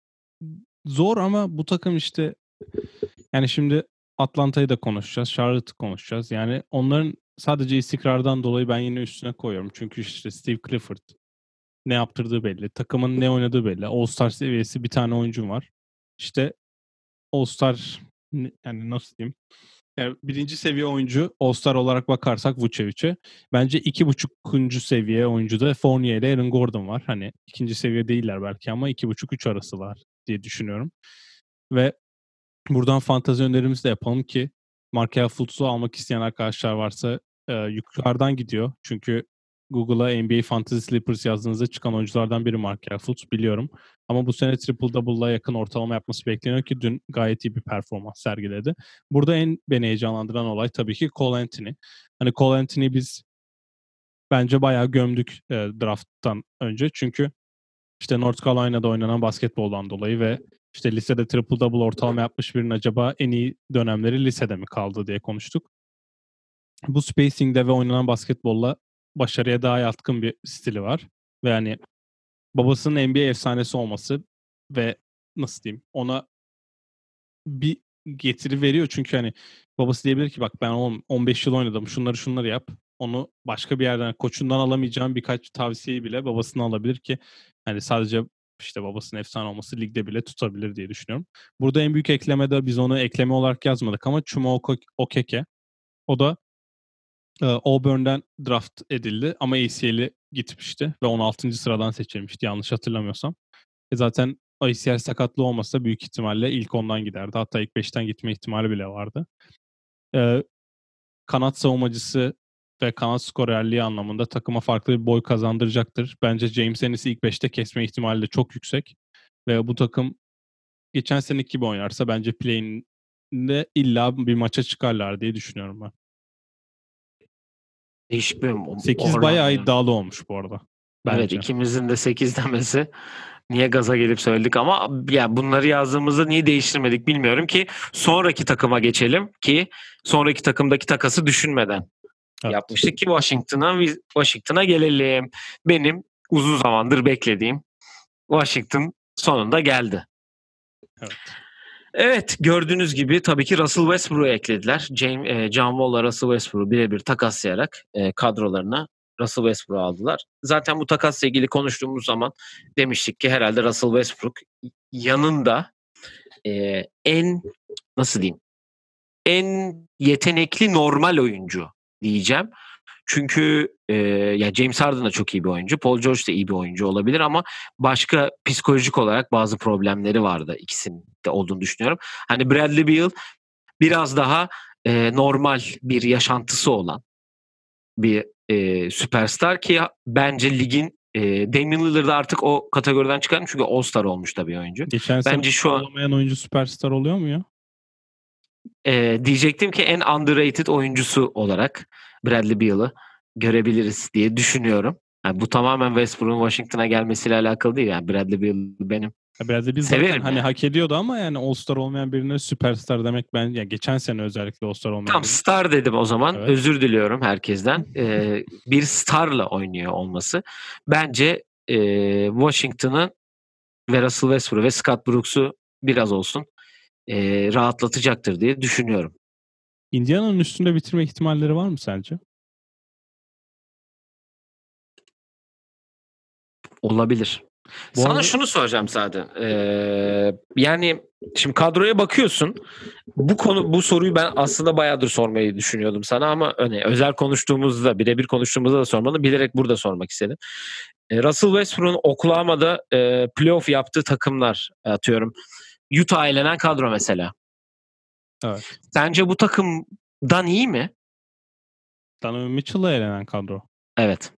zor ama bu takım işte yani şimdi Atlanta'yı da konuşacağız, Charlotte'ı konuşacağız. Yani onların sadece istikrardan dolayı ben yine üstüne koyuyorum. Çünkü işte Steve Clifford ne yaptırdığı belli. Takımın ne oynadığı belli. All-Star seviyesi bir tane oyuncum var. İşte All-Star yani nasıl diyeyim? Yani birinci seviye oyuncu All-Star olarak bakarsak Vucevic'e. Bence iki buçukuncu seviye oyuncu da Fournier ile Aaron Gordon var. Hani ikinci seviye değiller belki ama iki buçuk üç arasılar diye düşünüyorum. Ve buradan fantezi önerimizi de yapalım ki Markelle Fultz'u almak isteyen arkadaşlar varsa e, yukarıdan gidiyor. Çünkü Google'a N B A Fantasy Slippers yazdığınızda çıkan oyunculardan biri Markelle Fultz biliyorum. Ama bu sene triple double'la yakın ortalama yapması bekleniyor ki dün gayet iyi bir performans sergiledi. Burada en beni heyecanlandıran olay tabii ki Cole Anthony. Hani Cole Anthony biz bence bayağı gömdük e, drafttan önce. Çünkü işte North Carolina'da oynanan basketboldan dolayı ve işte lisede triple double ortalama yapmış birinin acaba en iyi dönemleri lisede mi kaldı diye konuştuk. Bu spacing'de ve oynanan basketbolla başarıya daha yatkın bir stili var. Ve yani babasının N B A efsanesi olması ve nasıl diyeyim ona bir getiri veriyor. Çünkü hani babası diyebilir ki bak ben on beş yıl oynadım şunları şunları yap. Onu başka bir yerden koçundan alamayacağım birkaç tavsiyeyi bile babasına alabilir ki hani sadece işte babasının efsane olması ligde bile tutabilir diye düşünüyorum. Burada en büyük ekleme de biz onu ekleme olarak yazmadık ama Chuma Okeke. O da e, Auburn'den draft edildi ama A C L'i gitmişti ve on altıncı sıradan seçilmişti yanlış hatırlamıyorsam. E zaten A C L sakatlığı olmasa büyük ihtimalle ilk ondan giderdi. Hatta ilk beşten gitme ihtimali bile vardı. Ee, kanat savunmacısı ve kanat skorerliği anlamında takıma farklı bir boy kazandıracaktır. Bence James Ennis'i ilk beşte kesme ihtimali de çok yüksek. Ve bu takım geçen seneki gibi oynarsa bence play-in'de illa bir maça çıkarlar diye düşünüyorum ben. Değişik bir sekiz bayağı iddialı olmuş bu arada. Bence. Evet ikimizin de sekiz demesi niye gaza gelip söyledik ama ya bunları yazdığımızda niye değiştirmedik bilmiyorum ki sonraki takıma geçelim ki sonraki takımdaki takası düşünmeden Evet. yapmıştık ki Washington'a Washington'a gelelim. Benim uzun zamandır beklediğim Washington sonunda geldi. Evet. Evet gördüğünüz gibi tabii ki Russell Westbrook'u eklediler. James, e, John Wall'la Russell Westbrook'u birebir takaslayarak e, kadrolarına Russell Westbrook'u aldılar. Zaten bu takasla ilgili konuştuğumuz zaman demiştik ki herhalde Russell Westbrook yanında e, en nasıl diyeyim en yetenekli normal oyuncu diyeceğim. Çünkü e, ya James Harden da çok iyi bir oyuncu. Paul George da iyi bir oyuncu olabilir ama başka psikolojik olarak bazı problemleri vardı. İkisinin de olduğunu düşünüyorum. Hani Bradley Beal biraz daha e, normal bir yaşantısı olan bir e, süperstar ki bence ligin e, Damian Lillard'ı artık o kategoriden çıkardım çünkü All-Star olmuş da bir oyuncu. Geçen sene Bence şu an olamayan oyuncu süperstar oluyor mu ya? e, diyecektim ki en underrated oyuncusu olarak Bradley Beal'ı görebiliriz diye düşünüyorum. Yani bu tamamen Westbrook'un Washington'a gelmesiyle alakalı değil. Yani Bradley Beal benim Ya Bradley Beal zaten severim hani yani. hak ediyordu ama yani All-Star olmayan birine süperstar demek ben ya geçen sene özellikle All-Star olmayan Tam birine. star dedim o zaman. Evet. Özür diliyorum herkesten. Ee, bir starla oynuyor olması. Bence e, Washington'ın ve Russell Westbrook ve Scott Brooks'u biraz olsun e, rahatlatacaktır diye düşünüyorum. Indiana'nın üstünde bitirme ihtimalleri var mı sence? Olabilir. Bu Sana arada- şunu soracağım zaten. Ee, yani şimdi kadroya bakıyorsun. Bu konu bu soruyu ben aslında bayağıdır sormayı düşünüyordum sana ama hani özel konuştuğumuzda, birebir konuştuğumuzda da sormadım. Bilerek burada sormak istedim. Ee, Russell Westbrook'un Oklahoma'da e, playoff yaptığı takımlar atıyorum. Utah elenen kadro mesela. Evet. Sence bu takımdan iyi mi? Donovan Mitchell'la elenen kadro. Evet.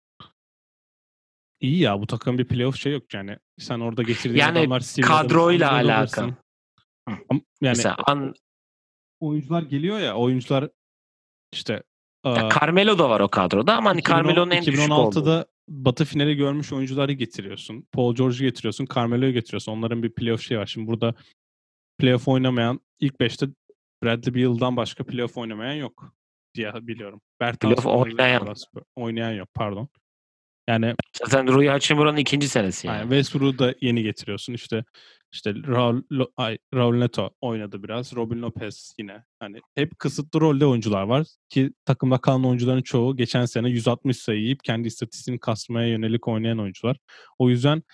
İyi ya bu takım bir playoff şey yok yani. Sen orada getirdiğin Yani adamlar Steven kadroyla Adams'ın, Will alakalı. Robertson. Hı. Ama yani Mesela an, oyuncular geliyor ya oyuncular işte ya aa, Carmelo da var o kadroda ama hani iki bin on Carmelo'nun en düşük olduğu. iki bin on altıda Batı finali görmüş oyuncuları getiriyorsun. Paul George'u getiriyorsun. Carmelo'yu getiriyorsun. Onların bir playoff şeyi var. Şimdi burada playoff oynamayan ilk beşte Bradley Beal'dan başka playoff oynamayan yok diye biliyorum. Playoff Bertans oynayabilir oynayan. biraz. Oynayan yok pardon. Yani Zaten Rui Hachimura'nın ikinci senesi yani yani. Westbrook'u da yeni getiriyorsun. İşte işte Raul, Lo- ay, Raul Neto oynadı biraz. Robin Lopez yine. Hani hep kısıtlı rolde oyuncular var ki takımda kalan oyuncuların çoğu geçen sene yüz altmış sayı yiyip kendi istatistiğini kasmaya yönelik oynayan oyuncular. O yüzden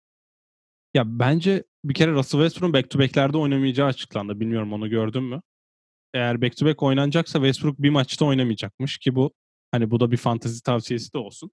ya bence bir kere Russell Westbrook'un back to back'lerde oynamayacağı açıklandı. Bilmiyorum onu gördün mü? Eğer back to back oynanacaksa Westbrook bir maçta oynamayacakmış ki bu hani bu da bir fantezi tavsiyesi de olsun.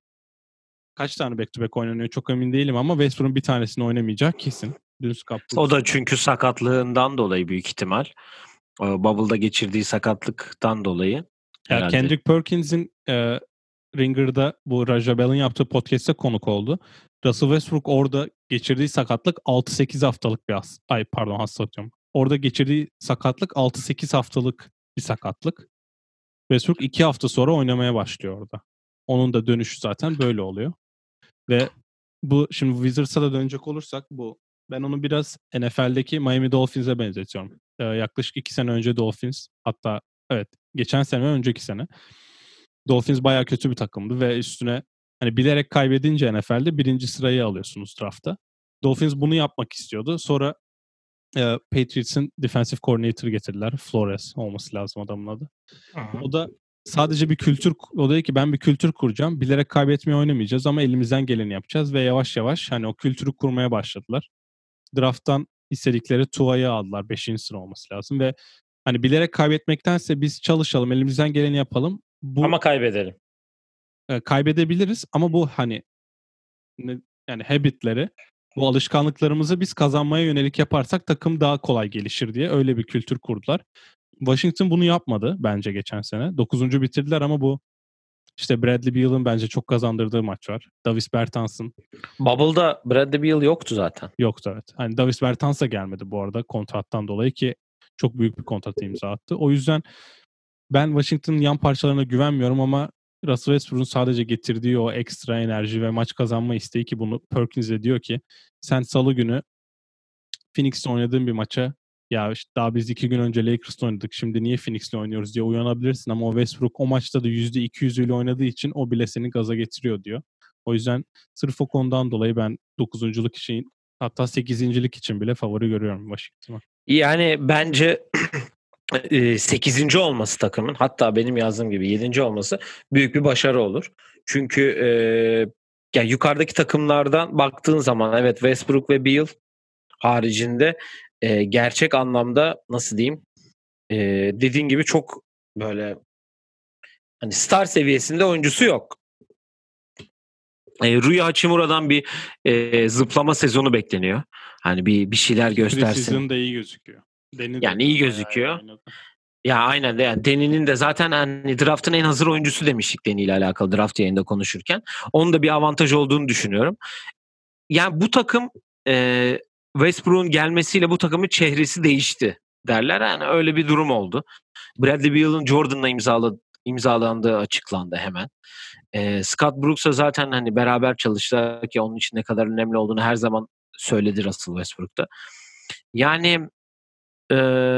Kaç tane back to back oynanıyor çok emin değilim ama Westbrook'un bir tanesini oynamayacağı kesin. Dün Scott O da Brooks'un çünkü sakatlığından dolayı büyük ihtimal. O Bubble'da geçirdiği sakatlıktan dolayı ya herhalde. Kendrick Perkins'in e, Ringer'da bu Raja Bell'in yaptığı podcast'te konuk oldu. Russell Westbrook orada geçirdiği sakatlık altı sekiz haftalık bir has ay pardon hastalık diyorum. Orada geçirdiği sakatlık altı sekiz haftalık bir sakatlık. Westbrook iki hafta sonra oynamaya başlıyor orada. Onun da dönüşü zaten böyle oluyor. Ve bu şimdi Wizards'a da dönecek olursak bu ben onu biraz N F L'deki Miami Dolphins'e benzetiyorum. Ee, yaklaşık iki sene önce Dolphins hatta evet geçen sene ve önceki sene Dolphins bayağı kötü bir takımdı ve üstüne hani bilerek kaybedince N F L'de birinci sırayı alıyorsunuz draftta. Dolphins bunu yapmak istiyordu. Sonra e, Patriots'ın defensive coordinator getirdiler. Flores olması lazım adamın adı. Hı-hı. O da sadece bir kültür, o da dedi ki ben bir kültür kuracağım. Bilerek kaybetmeye oynamayacağız ama elimizden geleni yapacağız ve yavaş yavaş hani o kültürü kurmaya başladılar. Draft'tan istedikleri Tua'yı aldılar. Beşinci sıra olması lazım ve hani bilerek kaybetmektense biz çalışalım, elimizden geleni yapalım. Bu Ama kaybedelim. e, kaybedebiliriz ama bu hani ne, yani habitleri, bu alışkanlıklarımızı biz kazanmaya yönelik yaparsak takım daha kolay gelişir diye öyle bir kültür kurdular. Washington bunu yapmadı bence geçen sene. Dokuzuncu bitirdiler ama bu işte Bradley Beal'ın bence çok kazandırdığı maç var. Davis Bertans'ın Bubble'da Bradley Beal yoktu zaten. yoktu evet. Hani Davis Bertans da gelmedi bu arada kontrattan dolayı ki çok büyük bir kontratı imza attı. O yüzden ben Washington'ın yan parçalarına güvenmiyorum ama Russell Westbrook'un sadece getirdiği o ekstra enerji ve maç kazanma isteği ki bunu Perkins'e diyor ki sen salı günü Phoenix'te oynadığın bir maça ya işte daha biz iki gün önce Lakers'ta oynadık şimdi niye Phoenix'le oynuyoruz diye uyanabilirsin ama o Westbrook o maçta da yüzde iki yüzüyle oynadığı için o bile seni gaza getiriyor diyor. O yüzden sırf o konudan dolayı ben dokuzunculuk için hatta sekizincilik için bile favori görüyorum Washington'a. Yani bence sekizinci olması takımın hatta benim yazdığım gibi yedinci olması büyük bir başarı olur. Çünkü e, yani yukarıdaki takımlardan baktığın zaman evet Westbrook ve Beal haricinde e, gerçek anlamda nasıl diyeyim e, dediğin gibi çok böyle hani star seviyesinde oyuncusu yok. E, Rui Hachimura'dan bir e, zıplama sezonu bekleniyor. Hani bir bir şeyler göstersin. Preseason da iyi gözüküyor. Deni de Yani iyi bayağı gözüküyor. oynadı. Ya aynen de yani Deni'nin de zaten hani draft'ın en hazır oyuncusu demiştik Deni ile alakalı draft yayında konuşurken. Onun da bir avantaj olduğunu düşünüyorum. Yani bu takım e, Westbrook'un gelmesiyle bu takımın çehresi değişti derler. Yani öyle bir durum oldu. Bradley Beal'ın Jordan'la imzaladı, imzalandığı açıklandı hemen. E, Scott Brooks'a zaten hani beraber çalıştılar ki onun için ne kadar önemli olduğunu her zaman söyledi Russell Westbrook'ta. Yani e,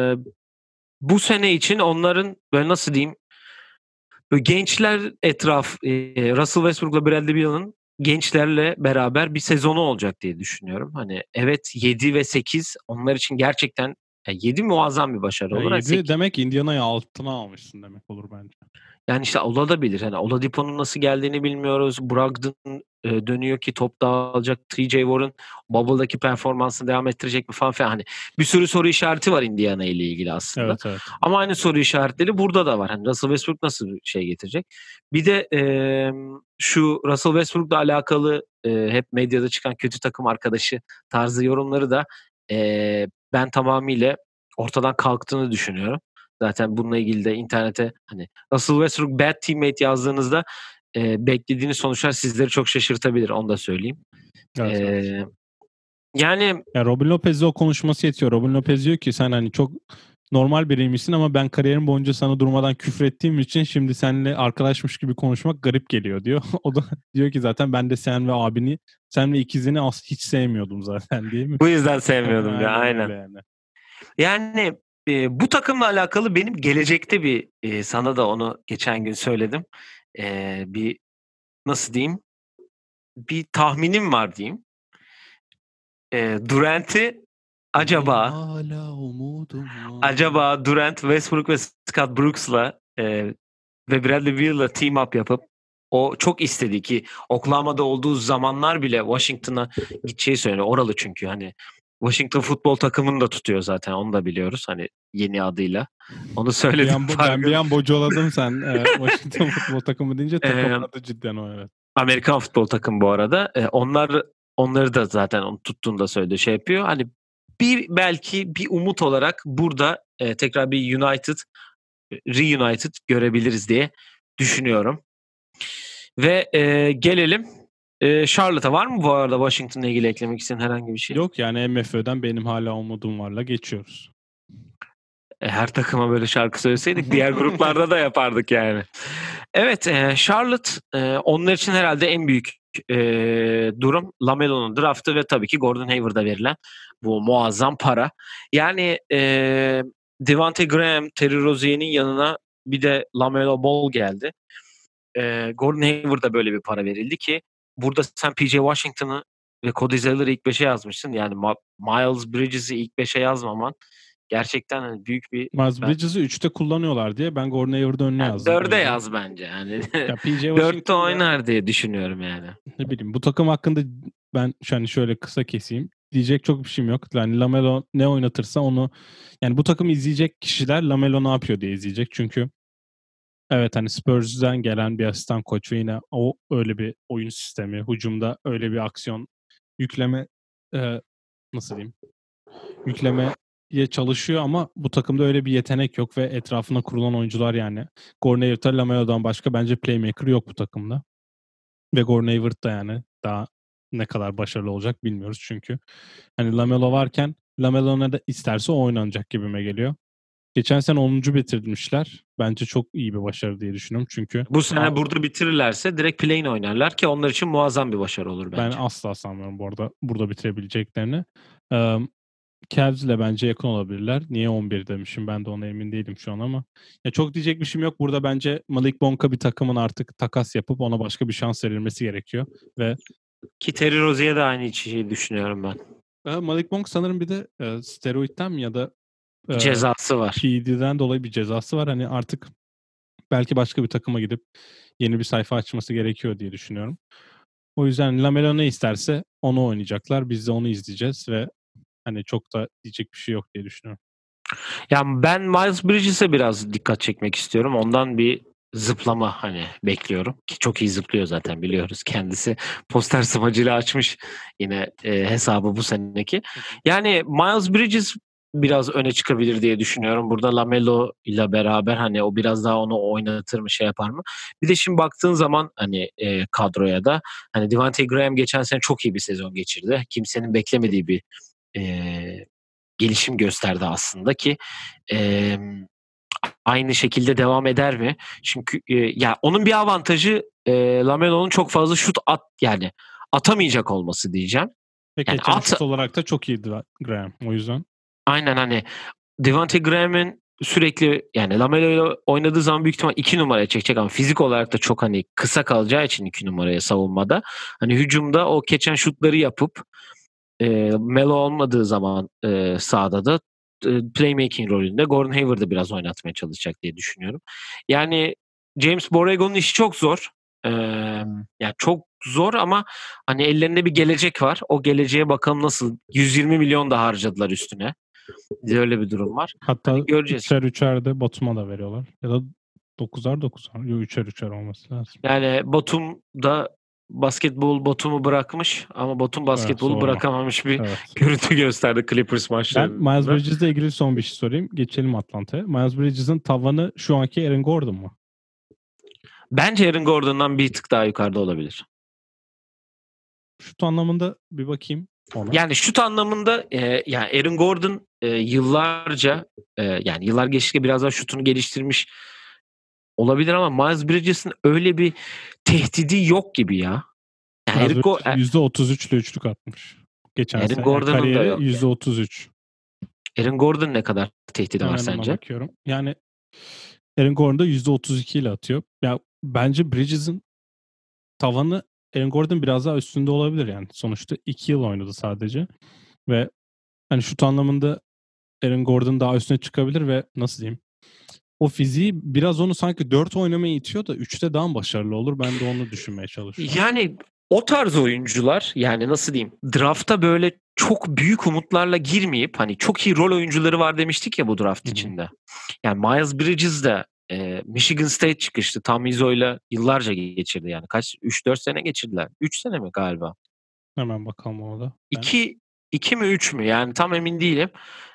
bu sene için onların böyle nasıl diyeyim böyle gençler etraf e, Russell Westbrook'la Bradley Beal'ın gençlerle beraber bir sezonu olacak diye düşünüyorum. Hani evet yedi ve sekiz onlar için gerçekten yani yedi muazzam bir başarı Ya olur. Yani yedi sekiz demek Indiana'yı altına almışsın demek olur bence. yani işte olabilir. Hani Oladipo'nun nasıl geldiğini bilmiyoruz. Brogdon e, dönüyor ki top dağılacak. T J Warren Bubble'daki performansını devam ettirecek mi falan filan. Hani bir sürü soru işareti var Indiana ile ilgili aslında. Evet evet. Ama aynı soru işaretleri burada da var. Hani Russell Westbrook nasıl bir şey getirecek? Bir de e, şu Russell Westbrook'la alakalı e, hep medyada çıkan kötü takım arkadaşı tarzı yorumları da e, ben tamamıyla ortadan kalktığını düşünüyorum. Zaten bununla ilgili de internete hani Russell Westbrook bad teammate yazdığınızda e, beklediğiniz sonuçlar sizleri çok şaşırtabilir. Onu da söyleyeyim. Evet, E, evet. Yani Ya Robin Lopez'e o konuşması yetiyor. Robin Lopez diyor ki sen hani çok normal biriymişsin ama ben kariyerim boyunca sana durmadan küfür ettiğim için şimdi seninle arkadaşmış gibi konuşmak garip geliyor diyor. O da diyor ki zaten ben de sen ve abini, sen ve ikizini as hiç sevmiyordum zaten değil mi? bu yüzden sevmiyordum diyor. Aynen Aynen. öyle yani. Yani e, bu takımla alakalı benim gelecekte bir e, sana da onu geçen gün söyledim. E, bir nasıl diyeyim? Bir tahminim var diyeyim. E, Durant'i acaba Benim hala umudum var. acaba Durant, Westbrook ve Scott Brooks'la e, ve Bradley Beal'la team up yapıp o çok istedi ki Oklahoma'da olduğu zamanlar bile Washington'a gideceği söyleniyor. Oralı çünkü hani Washington futbol takımını da tutuyor zaten onu da biliyoruz hani yeni adıyla. Onu Bir söyledim an, ben farkında. bir an bocaladım sen e, Washington futbol takımı deyince takımın Ee, adı cidden o evet. Amerikan futbol takımı bu arada. Ee, onlar onları da zaten onu tuttuğunu da söyledi şey yapıyor. Hani bir belki bir umut olarak burada e, tekrar bir United reunited görebiliriz diye düşünüyorum. Ve e, gelelim e, Charlotte'a. Var mı bu arada Washington'la ilgili eklemek istediğin herhangi bir şey? Yok yani M F Ö'den benim hala umudum varla geçiyoruz. E, her takıma böyle şarkı söyleseydik diğer gruplarda da yapardık yani. Evet e, Charlotte e, onlar için herhalde en büyük e, durum LaMelo'nun draftı ve tabii ki Gordon Hayward'a verilen bu muazzam para. Yani e, Devonte Graham, Terry Rozier'in yanına bir de LaMelo Ball geldi. E, Gordon Hayward'a böyle bir para verildi ki burada sen P J Washington'ı ve Cody Zeller'ı ilk beşe yazmışsın. Yani Ma- Miles Bridges'i ilk beşe yazmaman gerçekten hani büyük bir Miles ben, Bridges'ı üçte kullanıyorlar diye ben Gordon Hayward'ı önüne yani yazdım. dörde O yüzden. yaz bence yani. Ya P J Dörtte Washington'da oynar diye düşünüyorum yani. ne bileyim bu takım hakkında ben yani şöyle kısa keseyim. Diyecek çok bir şeyim yok. Yani Lamelo ne oynatırsa onu yani bu takımı izleyecek kişiler Lamelo ne yapıyor diye izleyecek. Çünkü evet hani Spurs'dan gelen bir asistan koç ve yine o öyle bir oyun sistemi, hücumda öyle bir aksiyon yükleme e, nasıl diyeyim? Yüklemeye çalışıyor ama bu takımda öyle bir yetenek yok ve etrafına kurulan oyuncular yani. Gordon Hayward'da Lamelo'dan başka bence playmaker yok bu takımda. Ve Gordon Hayward da yani daha ne kadar başarılı olacak bilmiyoruz çünkü. Hani Lamelo varken Lamelo ne de isterse o oynanacak gibime geliyor. Geçen sene onuncu bitirmişler. Bence çok iyi bir başarı diye düşünüyorum çünkü Bu sene a- burada bitirirlerse direkt play-in oynarlar ki onlar için muazzam bir başarı olur ben bence. asla sanmıyorum bu arada burada bitirebileceklerini. Ee, Cavs ile bence yakın olabilirler. Niye on bir demişim ben de ona emin değilim şu an ama. Ya çok diyecek bir şeyim yok. Burada bence Malik Bonka bir takımın artık takas yapıp ona başka bir şans verilmesi gerekiyor. Ve Ki Terry Rozier'e de aynı şeyi düşünüyorum ben. e, Malik Monk sanırım bir de e, steroidden mi ya da Bir e, cezası var. P E D'den dolayı bir cezası var. Hani artık belki başka bir takıma gidip yeni bir sayfa açması gerekiyor diye düşünüyorum. O yüzden LaMelo ne isterse onu oynayacaklar. Biz de onu izleyeceğiz ve hani çok da diyecek bir şey yok diye düşünüyorum. Yani ben Miles Bridges'e biraz dikkat çekmek istiyorum. Ondan bir zıplama hani bekliyorum. Ki çok iyi zıplıyor zaten biliyoruz. Kendisi poster smacıyla açmış yine e, hesabı bu seneki. Yani Miles Bridges biraz öne çıkabilir diye düşünüyorum. Burada LaMelo ile beraber hani o biraz daha onu oynatır mı şey yapar mı? Bir de şimdi baktığın zaman hani e, kadroya da hani Devontae Graham geçen sene çok iyi bir sezon geçirdi. Kimsenin beklemediği bir e, gelişim gösterdi aslında ki e, aynı şekilde devam eder mi? Çünkü e, ya onun bir avantajı e, LaMelo'nun çok fazla şut at yani atamayacak olması diyeceğim. Ve Yani geçen at şut olarak da çok iyiydi Graham o yüzden. aynen hani Devontae Graham'in sürekli yani Lamelo'yla oynadığı zaman büyük ihtimal iki numaraya çekecek ama fizik olarak da çok hani kısa kalacağı için iki numaraya savunmada. Hani hücumda o geçen şutları yapıp e, Melo olmadığı zaman e, sahada da e, playmaking rolünde Gordon Hayward'ı biraz oynatmaya çalışacak diye düşünüyorum. Yani James Borrego'nun işi çok zor. E, yani çok zor ama hani ellerinde bir gelecek var. O geleceğe bakalım nasıl. yüz yirmi milyon da harcadılar üstüne. Öyle bir durum var. Hatta Hani göreceğiz. üçer üçer de Batum'a da veriyorlar. Ya da dokuzar dokuzar. Yok üçer üçer olması lazım. Yani Batum da basketbol Batum'u bırakmış ama Batum basketbolu sorma. bırakamamış bir Evet. görüntü gösterdi Clippers Ben maçlarında. Miles Bridges'le ilgili son bir şey sorayım. Geçelim Atlanta'ya. Miles Bridges'in tavanı şu anki Aaron Gordon mu? Bence Aaron Gordon'dan bir tık daha yukarıda olabilir. Şut anlamında bir bakayım ona. Yani şut anlamında e, yani Aaron Gordon e, yıllarca e, yani yıllar geçtikçe biraz daha şutunu geliştirmiş olabilir ama Miles Bridges'in öyle bir tehdidi yok gibi ya. Yani Miles Aaron, Go- Bridges yüzde otuz üçle üçlük atmış. Geçen Aaron sene. Yani Gordon'un da kariyeri yok. yüzde otuz üç. Aaron Gordon ne kadar tehdidi var Hemen ona sence? bakıyorum. Yani Aaron Gordon da yüzde otuz iki ile atıyor. Ya bence Bridges'in tavanı Aaron Gordon biraz daha üstünde olabilir yani. Sonuçta iki yıl oynadı sadece. Ve hani şut anlamında Aaron Gordon daha üstüne çıkabilir ve nasıl diyeyim? O fiziği biraz onu sanki dört oynamaya itiyor da üçte daha mı başarılı olur? Ben de onu düşünmeye çalışıyorum. Yani o tarz oyuncular yani nasıl diyeyim drafta böyle çok büyük umutlarla girmeyip hani çok iyi rol oyuncuları var demiştik ya bu draft Hı hı. içinde. Yani Miles Bridges de e, Michigan State çıkıştı. Tom Izzo'yla yıllarca geçirdi yani. Kaç? üç dört sene geçirdiler. üç sene mi galiba? Hemen bakalım ona da. Ben... iki iki mi üç mü? Yani tam emin değilim.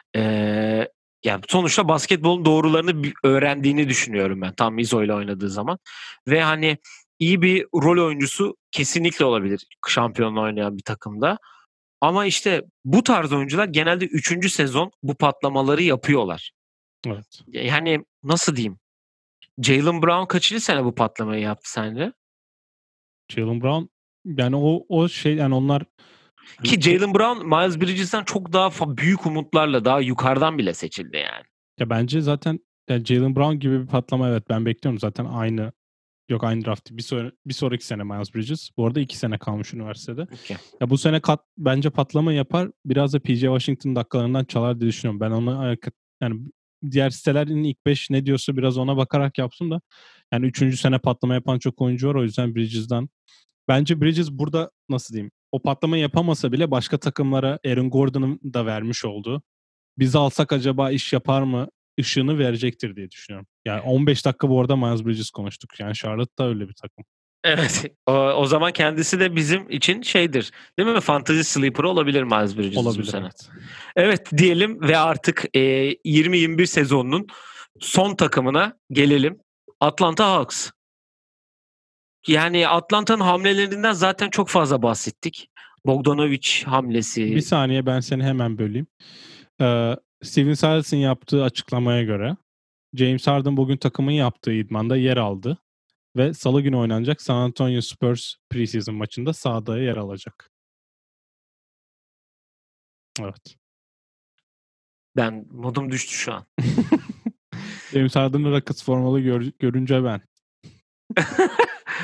Ee, yani sonuçta basketbolun doğrularını bi- öğrendiğini düşünüyorum ben Tom Izzo'yla oynadığı zaman. Ve hani iyi bir rol oyuncusu kesinlikle olabilir şampiyonla oynayan bir takımda. Ama işte bu tarz oyuncular genelde üçüncü sezon bu patlamaları yapıyorlar. Evet. Yani nasıl diyeyim? Jaylen Brown kaçıncı sene bu patlamayı yaptı sence? Jaylen Brown yani o o şey yani onlar Ki Jaylen Brown Miles Bridges'ten çok daha fa- büyük umutlarla daha yukarıdan bile seçildi yani. ya bence zaten yani Jaylen Brown gibi bir patlama evet ben bekliyorum zaten aynı yok aynı draft değil. bir, sonra, bir sonraki sene Miles Bridges. Bu arada iki sene kalmış üniversitede. Okay. Ya bu sene kat, bence patlama yapar. Biraz da P J Washington dakikalarından çalar diye düşünüyorum. Ben ona yani diğer sitelerin ilk beş ne diyorsa biraz ona bakarak yaptım da yani üçüncü sene patlama yapan çok oyuncu var o yüzden Bridges'dan. Bence Bridges burada nasıl diyeyim o patlamayı yapamasa bile başka takımlara Aaron Gordon'un da vermiş olduğu biz alsak acaba iş yapar mı ışığını verecektir diye düşünüyorum. Yani on beş dakika bu arada Miles Bridges konuştuk. Yani Charlotte da öyle bir takım. Evet. O, o zaman kendisi de bizim için şeydir. Değil mi? Fantasy sleeper olabilir Miles Bridges bu Olabilir sene. evet. Evet diyelim ve artık e, yirmi yirmi bir sezonunun son takımına gelelim. Atlanta Hawks. Yani Atlanta'nın hamlelerinden zaten çok fazla bahsettik. Bogdanovic hamlesi. Bir saniye ben seni hemen böleyim. Ee, Steven Silas'ın yaptığı açıklamaya göre James Harden bugün takımın yaptığı idmanda yer aldı ve salı günü oynanacak San Antonio Spurs preseason maçında sahada yer alacak. Evet. Ben modum düştü şu an. James Harden'ı Rockets formalı gör, görünce ben.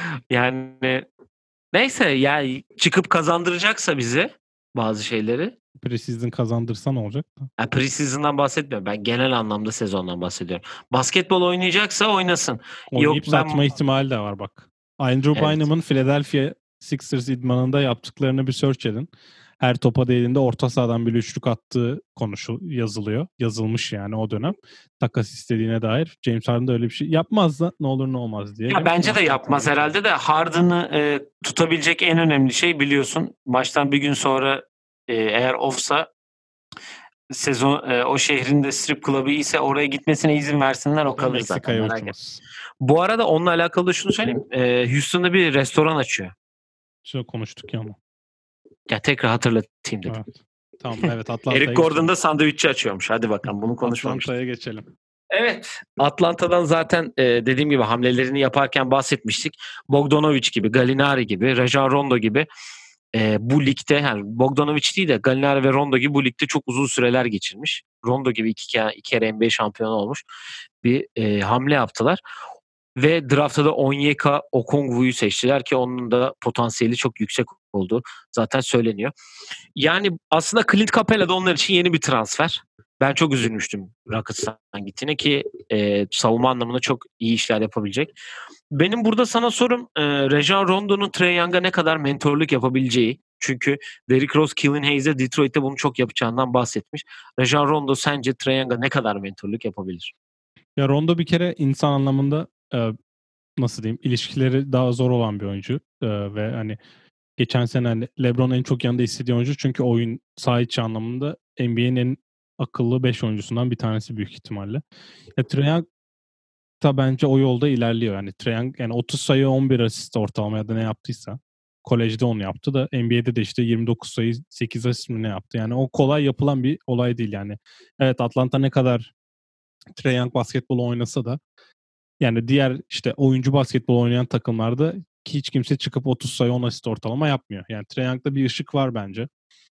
Yani neyse yani çıkıp kazandıracaksa bize bazı şeyleri Preseason kazandırsa ne olacak da? Yani preseason'dan bahsetmiyorum. Ben genel anlamda sezondan bahsediyorum. Basketbol oynayacaksa oynasın. Oynayıp Yok ben satma ihtimali de var bak. Andrew evet. Bynum'un Philadelphia Sixers idmanında yaptıklarını bir search edin. Her topa değdiğinde orta sahadan bir üçlük attığı konuşu yazılıyor. Yazılmış yani o dönem. Takas istediğine dair. James Harden da öyle bir şey yapmaz da ne olur ne olmaz diye. Ya bence de yapmaz herhalde de Harden'ı e, tutabilecek en önemli şey biliyorsun. Maçtan bir gün sonra e, eğer offsa sezon e, o şehrinde strip club'ı ise oraya gitmesine izin versinler o kalır zaten. Merak etme. Bu arada onunla alakalı da şunu söyleyeyim. E, Houston'da bir restoran açıyor. Şöyle konuştuk ya ama. Ya tekrar hatırlatayım dedim. Evet. Tamam evet Atlanta'ya Eric Gordon da sandviççi açıyormuş. Hadi bakalım bunu konuşmamıştık. Atlanta'ya geçelim. Evet. Atlanta'dan zaten e, dediğim gibi hamlelerini yaparken bahsetmiştik. Bogdanovic gibi, Gallinari gibi, Rajon Rondo gibi e, bu ligde yani Bogdanovic değil de Gallinari ve Rondo gibi bu ligde çok uzun süreler geçirmiş. Rondo gibi iki kere, iki kere N B A şampiyonu olmuş bir e, hamle yaptılar. Ve draftta da Onyeka Okongwu'yu seçtiler ki onun da potansiyeli çok yüksek olduğu zaten söyleniyor. Yani aslında Clint Capela da onlar için yeni bir transfer. Ben çok üzülmüştüm Rockets'tan gittiğine ki e, savunma anlamında çok iyi işler yapabilecek. Benim burada sana sorum e, Rajon Rondo'nun Trae Young'a ne kadar mentorluk yapabileceği. Çünkü Derrick Rose, Killian Hayes'e Detroit'te bunu çok yapacağından bahsetmiş. Rajon Rondo sence Trae Young'a ne kadar mentorluk yapabilir? Ya Rondo bir kere insan anlamında e, nasıl diyeyim ilişkileri daha zor olan bir oyuncu e, ve hani geçen sene hani LeBron en çok yanında istediği oyuncu çünkü oyun saha içi anlamında N B A'nin en akıllı beş oyuncusundan bir tanesi büyük ihtimalle. Ya Trae Young da bence o yolda ilerliyor. Yani Trae Young yani otuz sayı on bir asist ortalama ya da ne yaptıysa kolejde onu yaptı da N B A'de de işte yirmi dokuz sayı sekiz asist mi ne yaptı. Yani o kolay yapılan bir olay değil yani. Evet Atlanta ne kadar Trae Young basketbol oynasa da yani diğer işte oyuncu basketbol oynayan takımlarda hiç kimse çıkıp otuz sayı on asist ortalama yapmıyor. Yani Trae Young'da bir ışık var bence.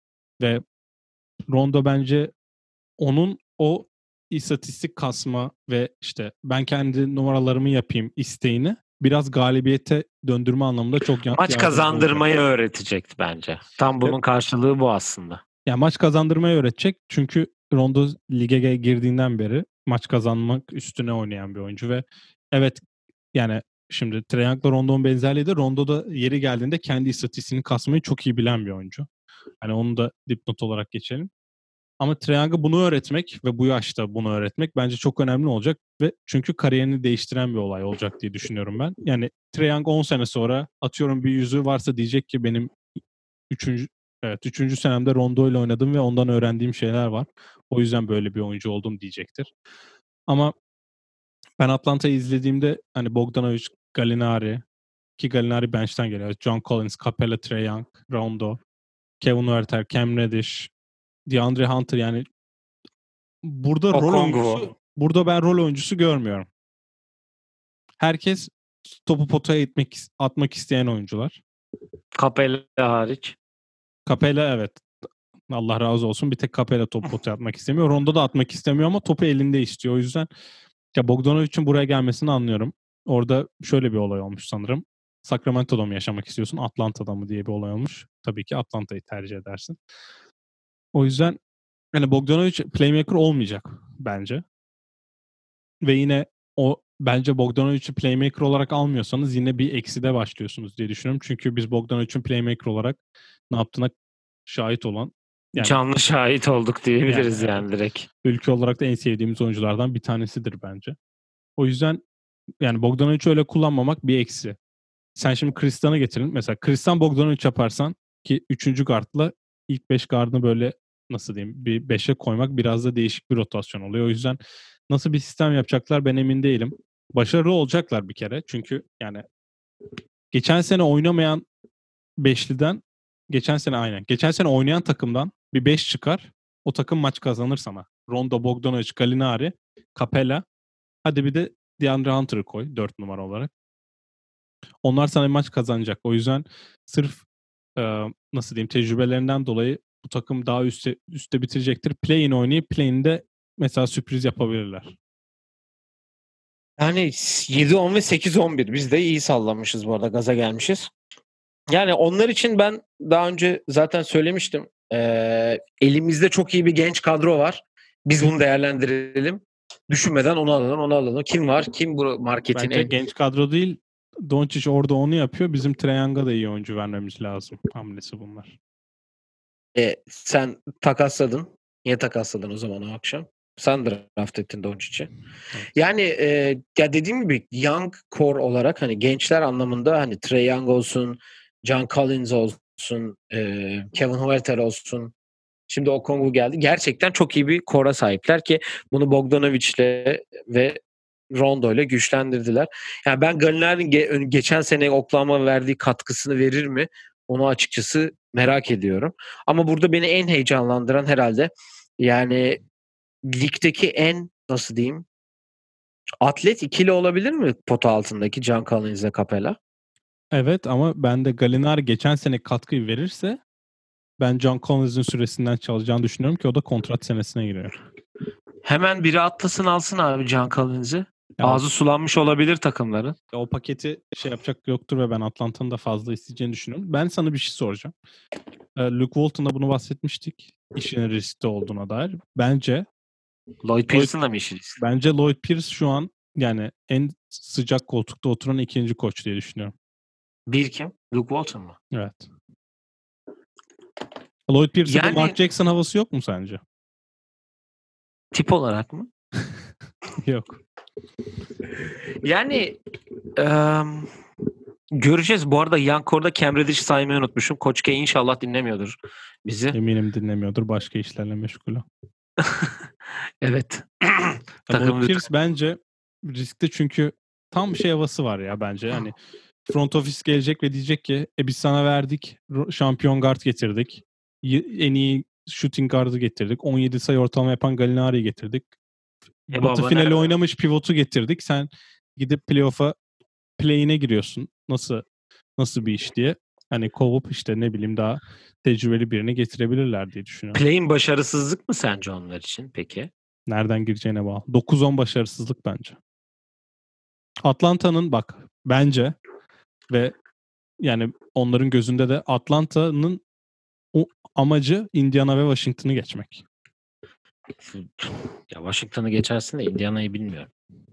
Ve Rondo bence onun o istatistik kasma ve işte ben kendi numaralarımı yapayım isteğini biraz galibiyete döndürme anlamında çok yan- Maç yardımcı kazandırmayı olacak. öğretecekti bence. Tam bunun karşılığı bu aslında. Yani maç kazandırmayı öğretecek. Çünkü Rondo lige girdiğinden beri maç kazanmak üstüne oynayan bir oyuncu ve evet yani şimdi Trae Young'la Rondo'nun benzerliği de Rondo da yeri geldiğinde kendi istatistiğini kasmayı çok iyi bilen bir oyuncu. Hani onu da dipnot olarak geçelim. Ama Trae Young'a bunu öğretmek ve bu yaşta bunu öğretmek bence çok önemli olacak ve çünkü kariyerini değiştiren bir olay olacak diye düşünüyorum ben. Yani Trae Young on sene sonra atıyorum bir yüzüğü varsa diyecek ki benim üçüncü evet üçüncü senemde Rondo ile oynadım ve ondan öğrendiğim şeyler var. O yüzden böyle bir oyuncu oldum diyecektir. Ama ben Atlanta'yı izlediğimde hani Bogdanovic, Gallinari ki Gallinari bench'ten geliyor. John Collins, Capela, Trae Young, Rondo, Kevin Huerter, Cam Reddish, DeAndre Hunter yani burada rol oyuncusu burada ben rol oyuncusu görmüyorum. Herkes topu potaya itmek, atmak isteyen oyuncular. Capela hariç. Capela evet. Allah razı olsun. Bir tek Capela topu potaya atmak istemiyor. Rondo da atmak istemiyor ama topu elinde istiyor. O yüzden ya Bogdanovic'in buraya gelmesini anlıyorum. Orada şöyle bir olay olmuş sanırım. Sacramento'da mı yaşamak istiyorsun? Atlanta'da mı diye bir olay olmuş. Tabii ki Atlanta'yı tercih edersin. O yüzden yani Bogdanovic playmaker olmayacak bence. Ve yine o bence Bogdanovic'i playmaker olarak almıyorsanız yine bir ekside başlıyorsunuz diye düşünüyorum. Çünkü biz Bogdanovic'in playmaker olarak ne yaptığına şahit olan yani, canlı şahit olduk diyebiliriz yani, yani direkt. Ülke olarak da en sevdiğimiz oyunculardan bir tanesidir bence. O yüzden yani Bogdanovic'i öyle kullanmamak bir eksi. Sen şimdi Kristan'ı getirin. Mesela Kristan Bogdanovic yaparsan ki üçüncü guardla ilk beş guardını böyle nasıl diyeyim bir beşe koymak biraz da değişik bir rotasyon oluyor. O yüzden nasıl bir sistem yapacaklar ben emin değilim. Başarılı olacaklar bir kere. Çünkü yani geçen sene oynamayan beşliden geçen sene aynen. Geçen sene oynayan takımdan bir beş çıkar. O takım maç kazanır sana. Rondo, Bogdanovic, Gallinari, Capela. Hadi bir de DeAndre Hunter'ı koy dört numara olarak. Onlar sana bir maç kazanacak. O yüzden sırf e, nasıl diyeyim tecrübelerinden dolayı bu takım daha üstte, üstte bitirecektir. Play-in oynayıp play-in'de mesela sürpriz yapabilirler. Yani yedi on ve sekiz on bir. Biz de iyi sallamışız bu arada. Gaza gelmişiz. Yani onlar için ben daha önce zaten söylemiştim. Ee, elimizde çok iyi bir genç kadro var. Biz bunu değerlendirelim. Düşünmeden onu alalım, onu alalım. Kim var? Kim bu marketin Bence en... genç kadro değil. Doncic orada onu yapıyor. Bizim Trae Young'a da iyi oyuncu vermemiz lazım. Hamlesi bunlar. E, sen takasladın. Niye takasladın o zaman o akşam? Sen draft ettin Doncic'i. Evet. Yani e, ya dediğim gibi young core olarak hani gençler anlamında hani Trae Young olsun, John Collins olsun, e, Kevin Huerter olsun. Şimdi Okongwu geldi. Gerçekten çok iyi bir core'a sahipler ki bunu Bogdanovic'le ve Rondo'yla güçlendirdiler. Yani ben Gallinari'nin ge- geçen sene Oklahoma verdiği katkısını verir mi? Onu açıkçası merak ediyorum. Ama burada beni en heyecanlandıran herhalde yani ligdeki en nasıl diyeyim atlet ikili olabilir mi pota altındaki John Collins ile Capela? Evet ama ben de Gallinari geçen sene katkıyı verirse ben John Collins'in süresinden çalacağını düşünüyorum ki o da kontrat senesine giriyor. Hemen biri atlasın alsın abi John Collins'i. Ya Ağzı sulanmış olabilir takımların. o, o paketi şey yapacak yoktur ve ben Atlanta'nın da fazla isteyeceğini düşünüyorum. Ben sana bir şey soracağım. Luke Walton'da bunu bahsetmiştik. İşin riskli olduğuna dair. Bence Lloyd Pearson'la mı işiniz? Bence Lloyd Pierce şu an yani en sıcak koltukta oturan ikinci koç diye düşünüyorum. Bir kim? Luke Walton mu? Evet. Lloyd Pierce'in Yani, bir Mark Jackson havası yok mu sence? Tip olarak mı? Yok. Yani um, göreceğiz. Bu arada Yankor'da Cam Reddish'i saymayı unutmuşum. Koç K inşallah dinlemiyordur bizi. Eminim dinlemiyordur. Başka işlerle meşgul. Evet. Lloyd Pierce bence riskli çünkü tam şey havası var ya bence. Yani front office gelecek ve diyecek ki e biz sana verdik. Şampiyon guard getirdik. En iyi shooting guard'ı getirdik. on yedi sayı ortalama yapan Gallinari'yi getirdik. E Batı baba, finali nerede? oynamış pivotu getirdik. Sen gidip playoff'a play'ine giriyorsun. Nasıl nasıl bir iş diye. Hani kovup işte ne bileyim daha tecrübeli birini getirebilirler diye düşünüyorum. Play'in başarısızlık mı sence onlar için peki? Nereden gireceğine bağlı. dokuz on başarısızlık bence. Atlanta'nın bak bence ve yani onların gözünde de Atlanta'nın o amacı Indiana ve Washington'ı geçmek. Ya Washington'ı geçersin de Indiana'yı bilmiyorum.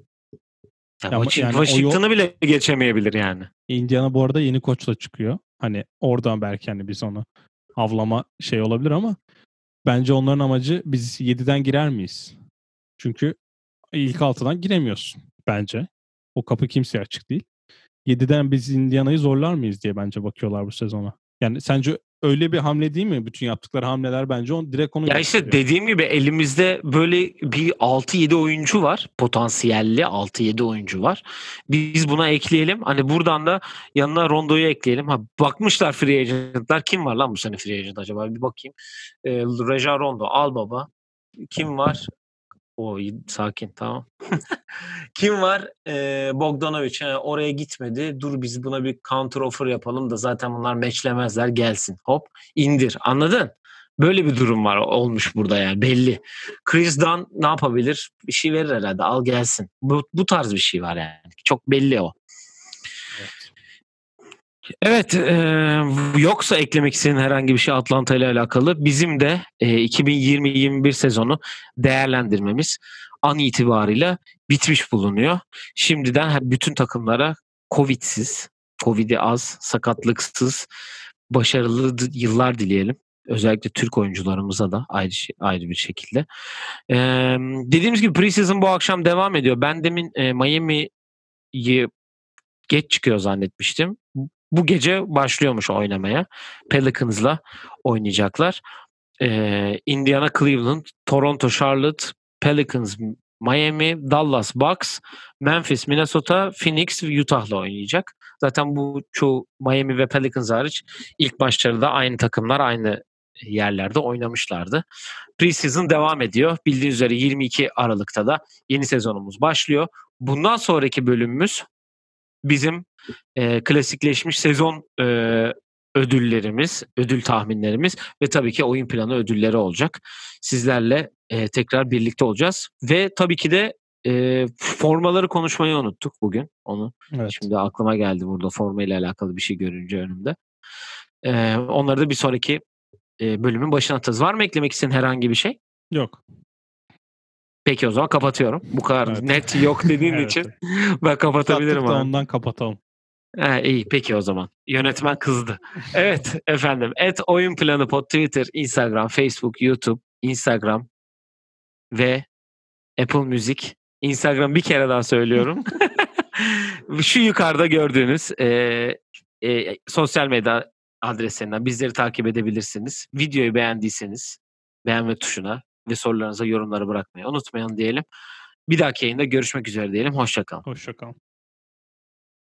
Ya Ama Washington, yani o Washington'ı yol, bile geçemeyebilir yani. Indiana bu arada yeni koçla çıkıyor. Hani oradan belki hani biz onu avlama şey olabilir ama bence onların amacı biz yediden girer miyiz? Çünkü ilk altıdan giremiyorsun bence. O kapı kimseye açık değil. yediden biz Indiana'yı zorlar mıyız diye bence bakıyorlar bu sezona. Yani sence öyle bir hamle değil mi? Bütün yaptıkları hamleler bence on, direkt onu Ya gösteriyor. işte dediğim gibi elimizde böyle bir altı yedi oyuncu var. Potansiyelli altı yedi oyuncu var. Biz buna ekleyelim. Hani buradan da yanına Rondo'yu ekleyelim. Ha, bakmışlar free agent'lar. Kim var lan bu sene free agent acaba? Bir bakayım. Ee, Rajon Rondo. Al baba. Kim var? O sakin, tamam. Kim var? Ee, Bogdanovic. Ha, oraya gitmedi. Dur biz buna bir counter offer yapalım da zaten bunlar matchlemezler. Gelsin. Hop indir. Anladın? Böyle bir durum var olmuş burada yani belli. Chris Dunn ne yapabilir? Bir şey verir herhalde. Al gelsin. Bu, bu tarz bir şey var yani. Çok belli o. Evet. Evet, e, yoksa eklemek istediğin herhangi bir şey Atlanta ile alakalı. Bizim de e, iki bin yirmi yirmi bir sezonu değerlendirmemiz an itibarıyla bitmiş bulunuyor. Şimdiden bütün takımlara Covid'siz, Covid'i az, sakatlıksız, başarılı yıllar dileyelim. Özellikle Türk oyuncularımıza da ayrı ayrı bir şekilde. E, dediğimiz gibi preseason bu akşam devam ediyor. Ben demin e, Miami'yi geç çıkıyor zannetmiştim. Bu gece başlıyormuş oynamaya. Pelicans'la oynayacaklar. Ee, Indiana, Cleveland, Toronto, Charlotte, Pelicans, Miami, Dallas, Bucks, Memphis, Minnesota, Phoenix, Utah'la oynayacak. Zaten bu çoğu Miami ve Pelicans hariç ilk başlarda aynı takımlar aynı yerlerde oynamışlardı. Preseason devam ediyor. Bildiğiniz üzere yirmi iki Aralık'ta da yeni sezonumuz başlıyor. Bundan sonraki bölümümüz bizim e, klasikleşmiş sezon e, ödüllerimiz, ödül tahminlerimiz ve tabii ki oyun planı ödülleri olacak. Sizlerle e, tekrar birlikte olacağız ve tabii ki de e, formaları konuşmayı unuttuk bugün. Onu Evet. şimdi aklıma geldi burada forma ile alakalı bir şey görünce önümde. E, onları da bir sonraki e, bölümün başına atarız. Var mı eklemek istediğin herhangi bir şey? Yok. Peki o zaman kapatıyorum. Bu kadar Evet. net yok dediğin Evet, için evet. ben kapatabilirim Uzattık da abi. ondan kapatalım. He, iyi peki o zaman. Yönetmen kızdı. Evet efendim. Et Oyun Planı Pod Twitter, Instagram, Facebook, YouTube, Instagram ve Apple Music. Instagram bir kere daha söylüyorum. Şu yukarıda gördüğünüz e, e, sosyal medya adreslerinden bizleri takip edebilirsiniz. Videoyu beğendiyseniz beğenme tuşuna ve sorularınıza yorumları bırakmayı unutmayın diyelim. Bir dahaki yayında görüşmek üzere diyelim. Hoşça kalın. Hoşça kalın.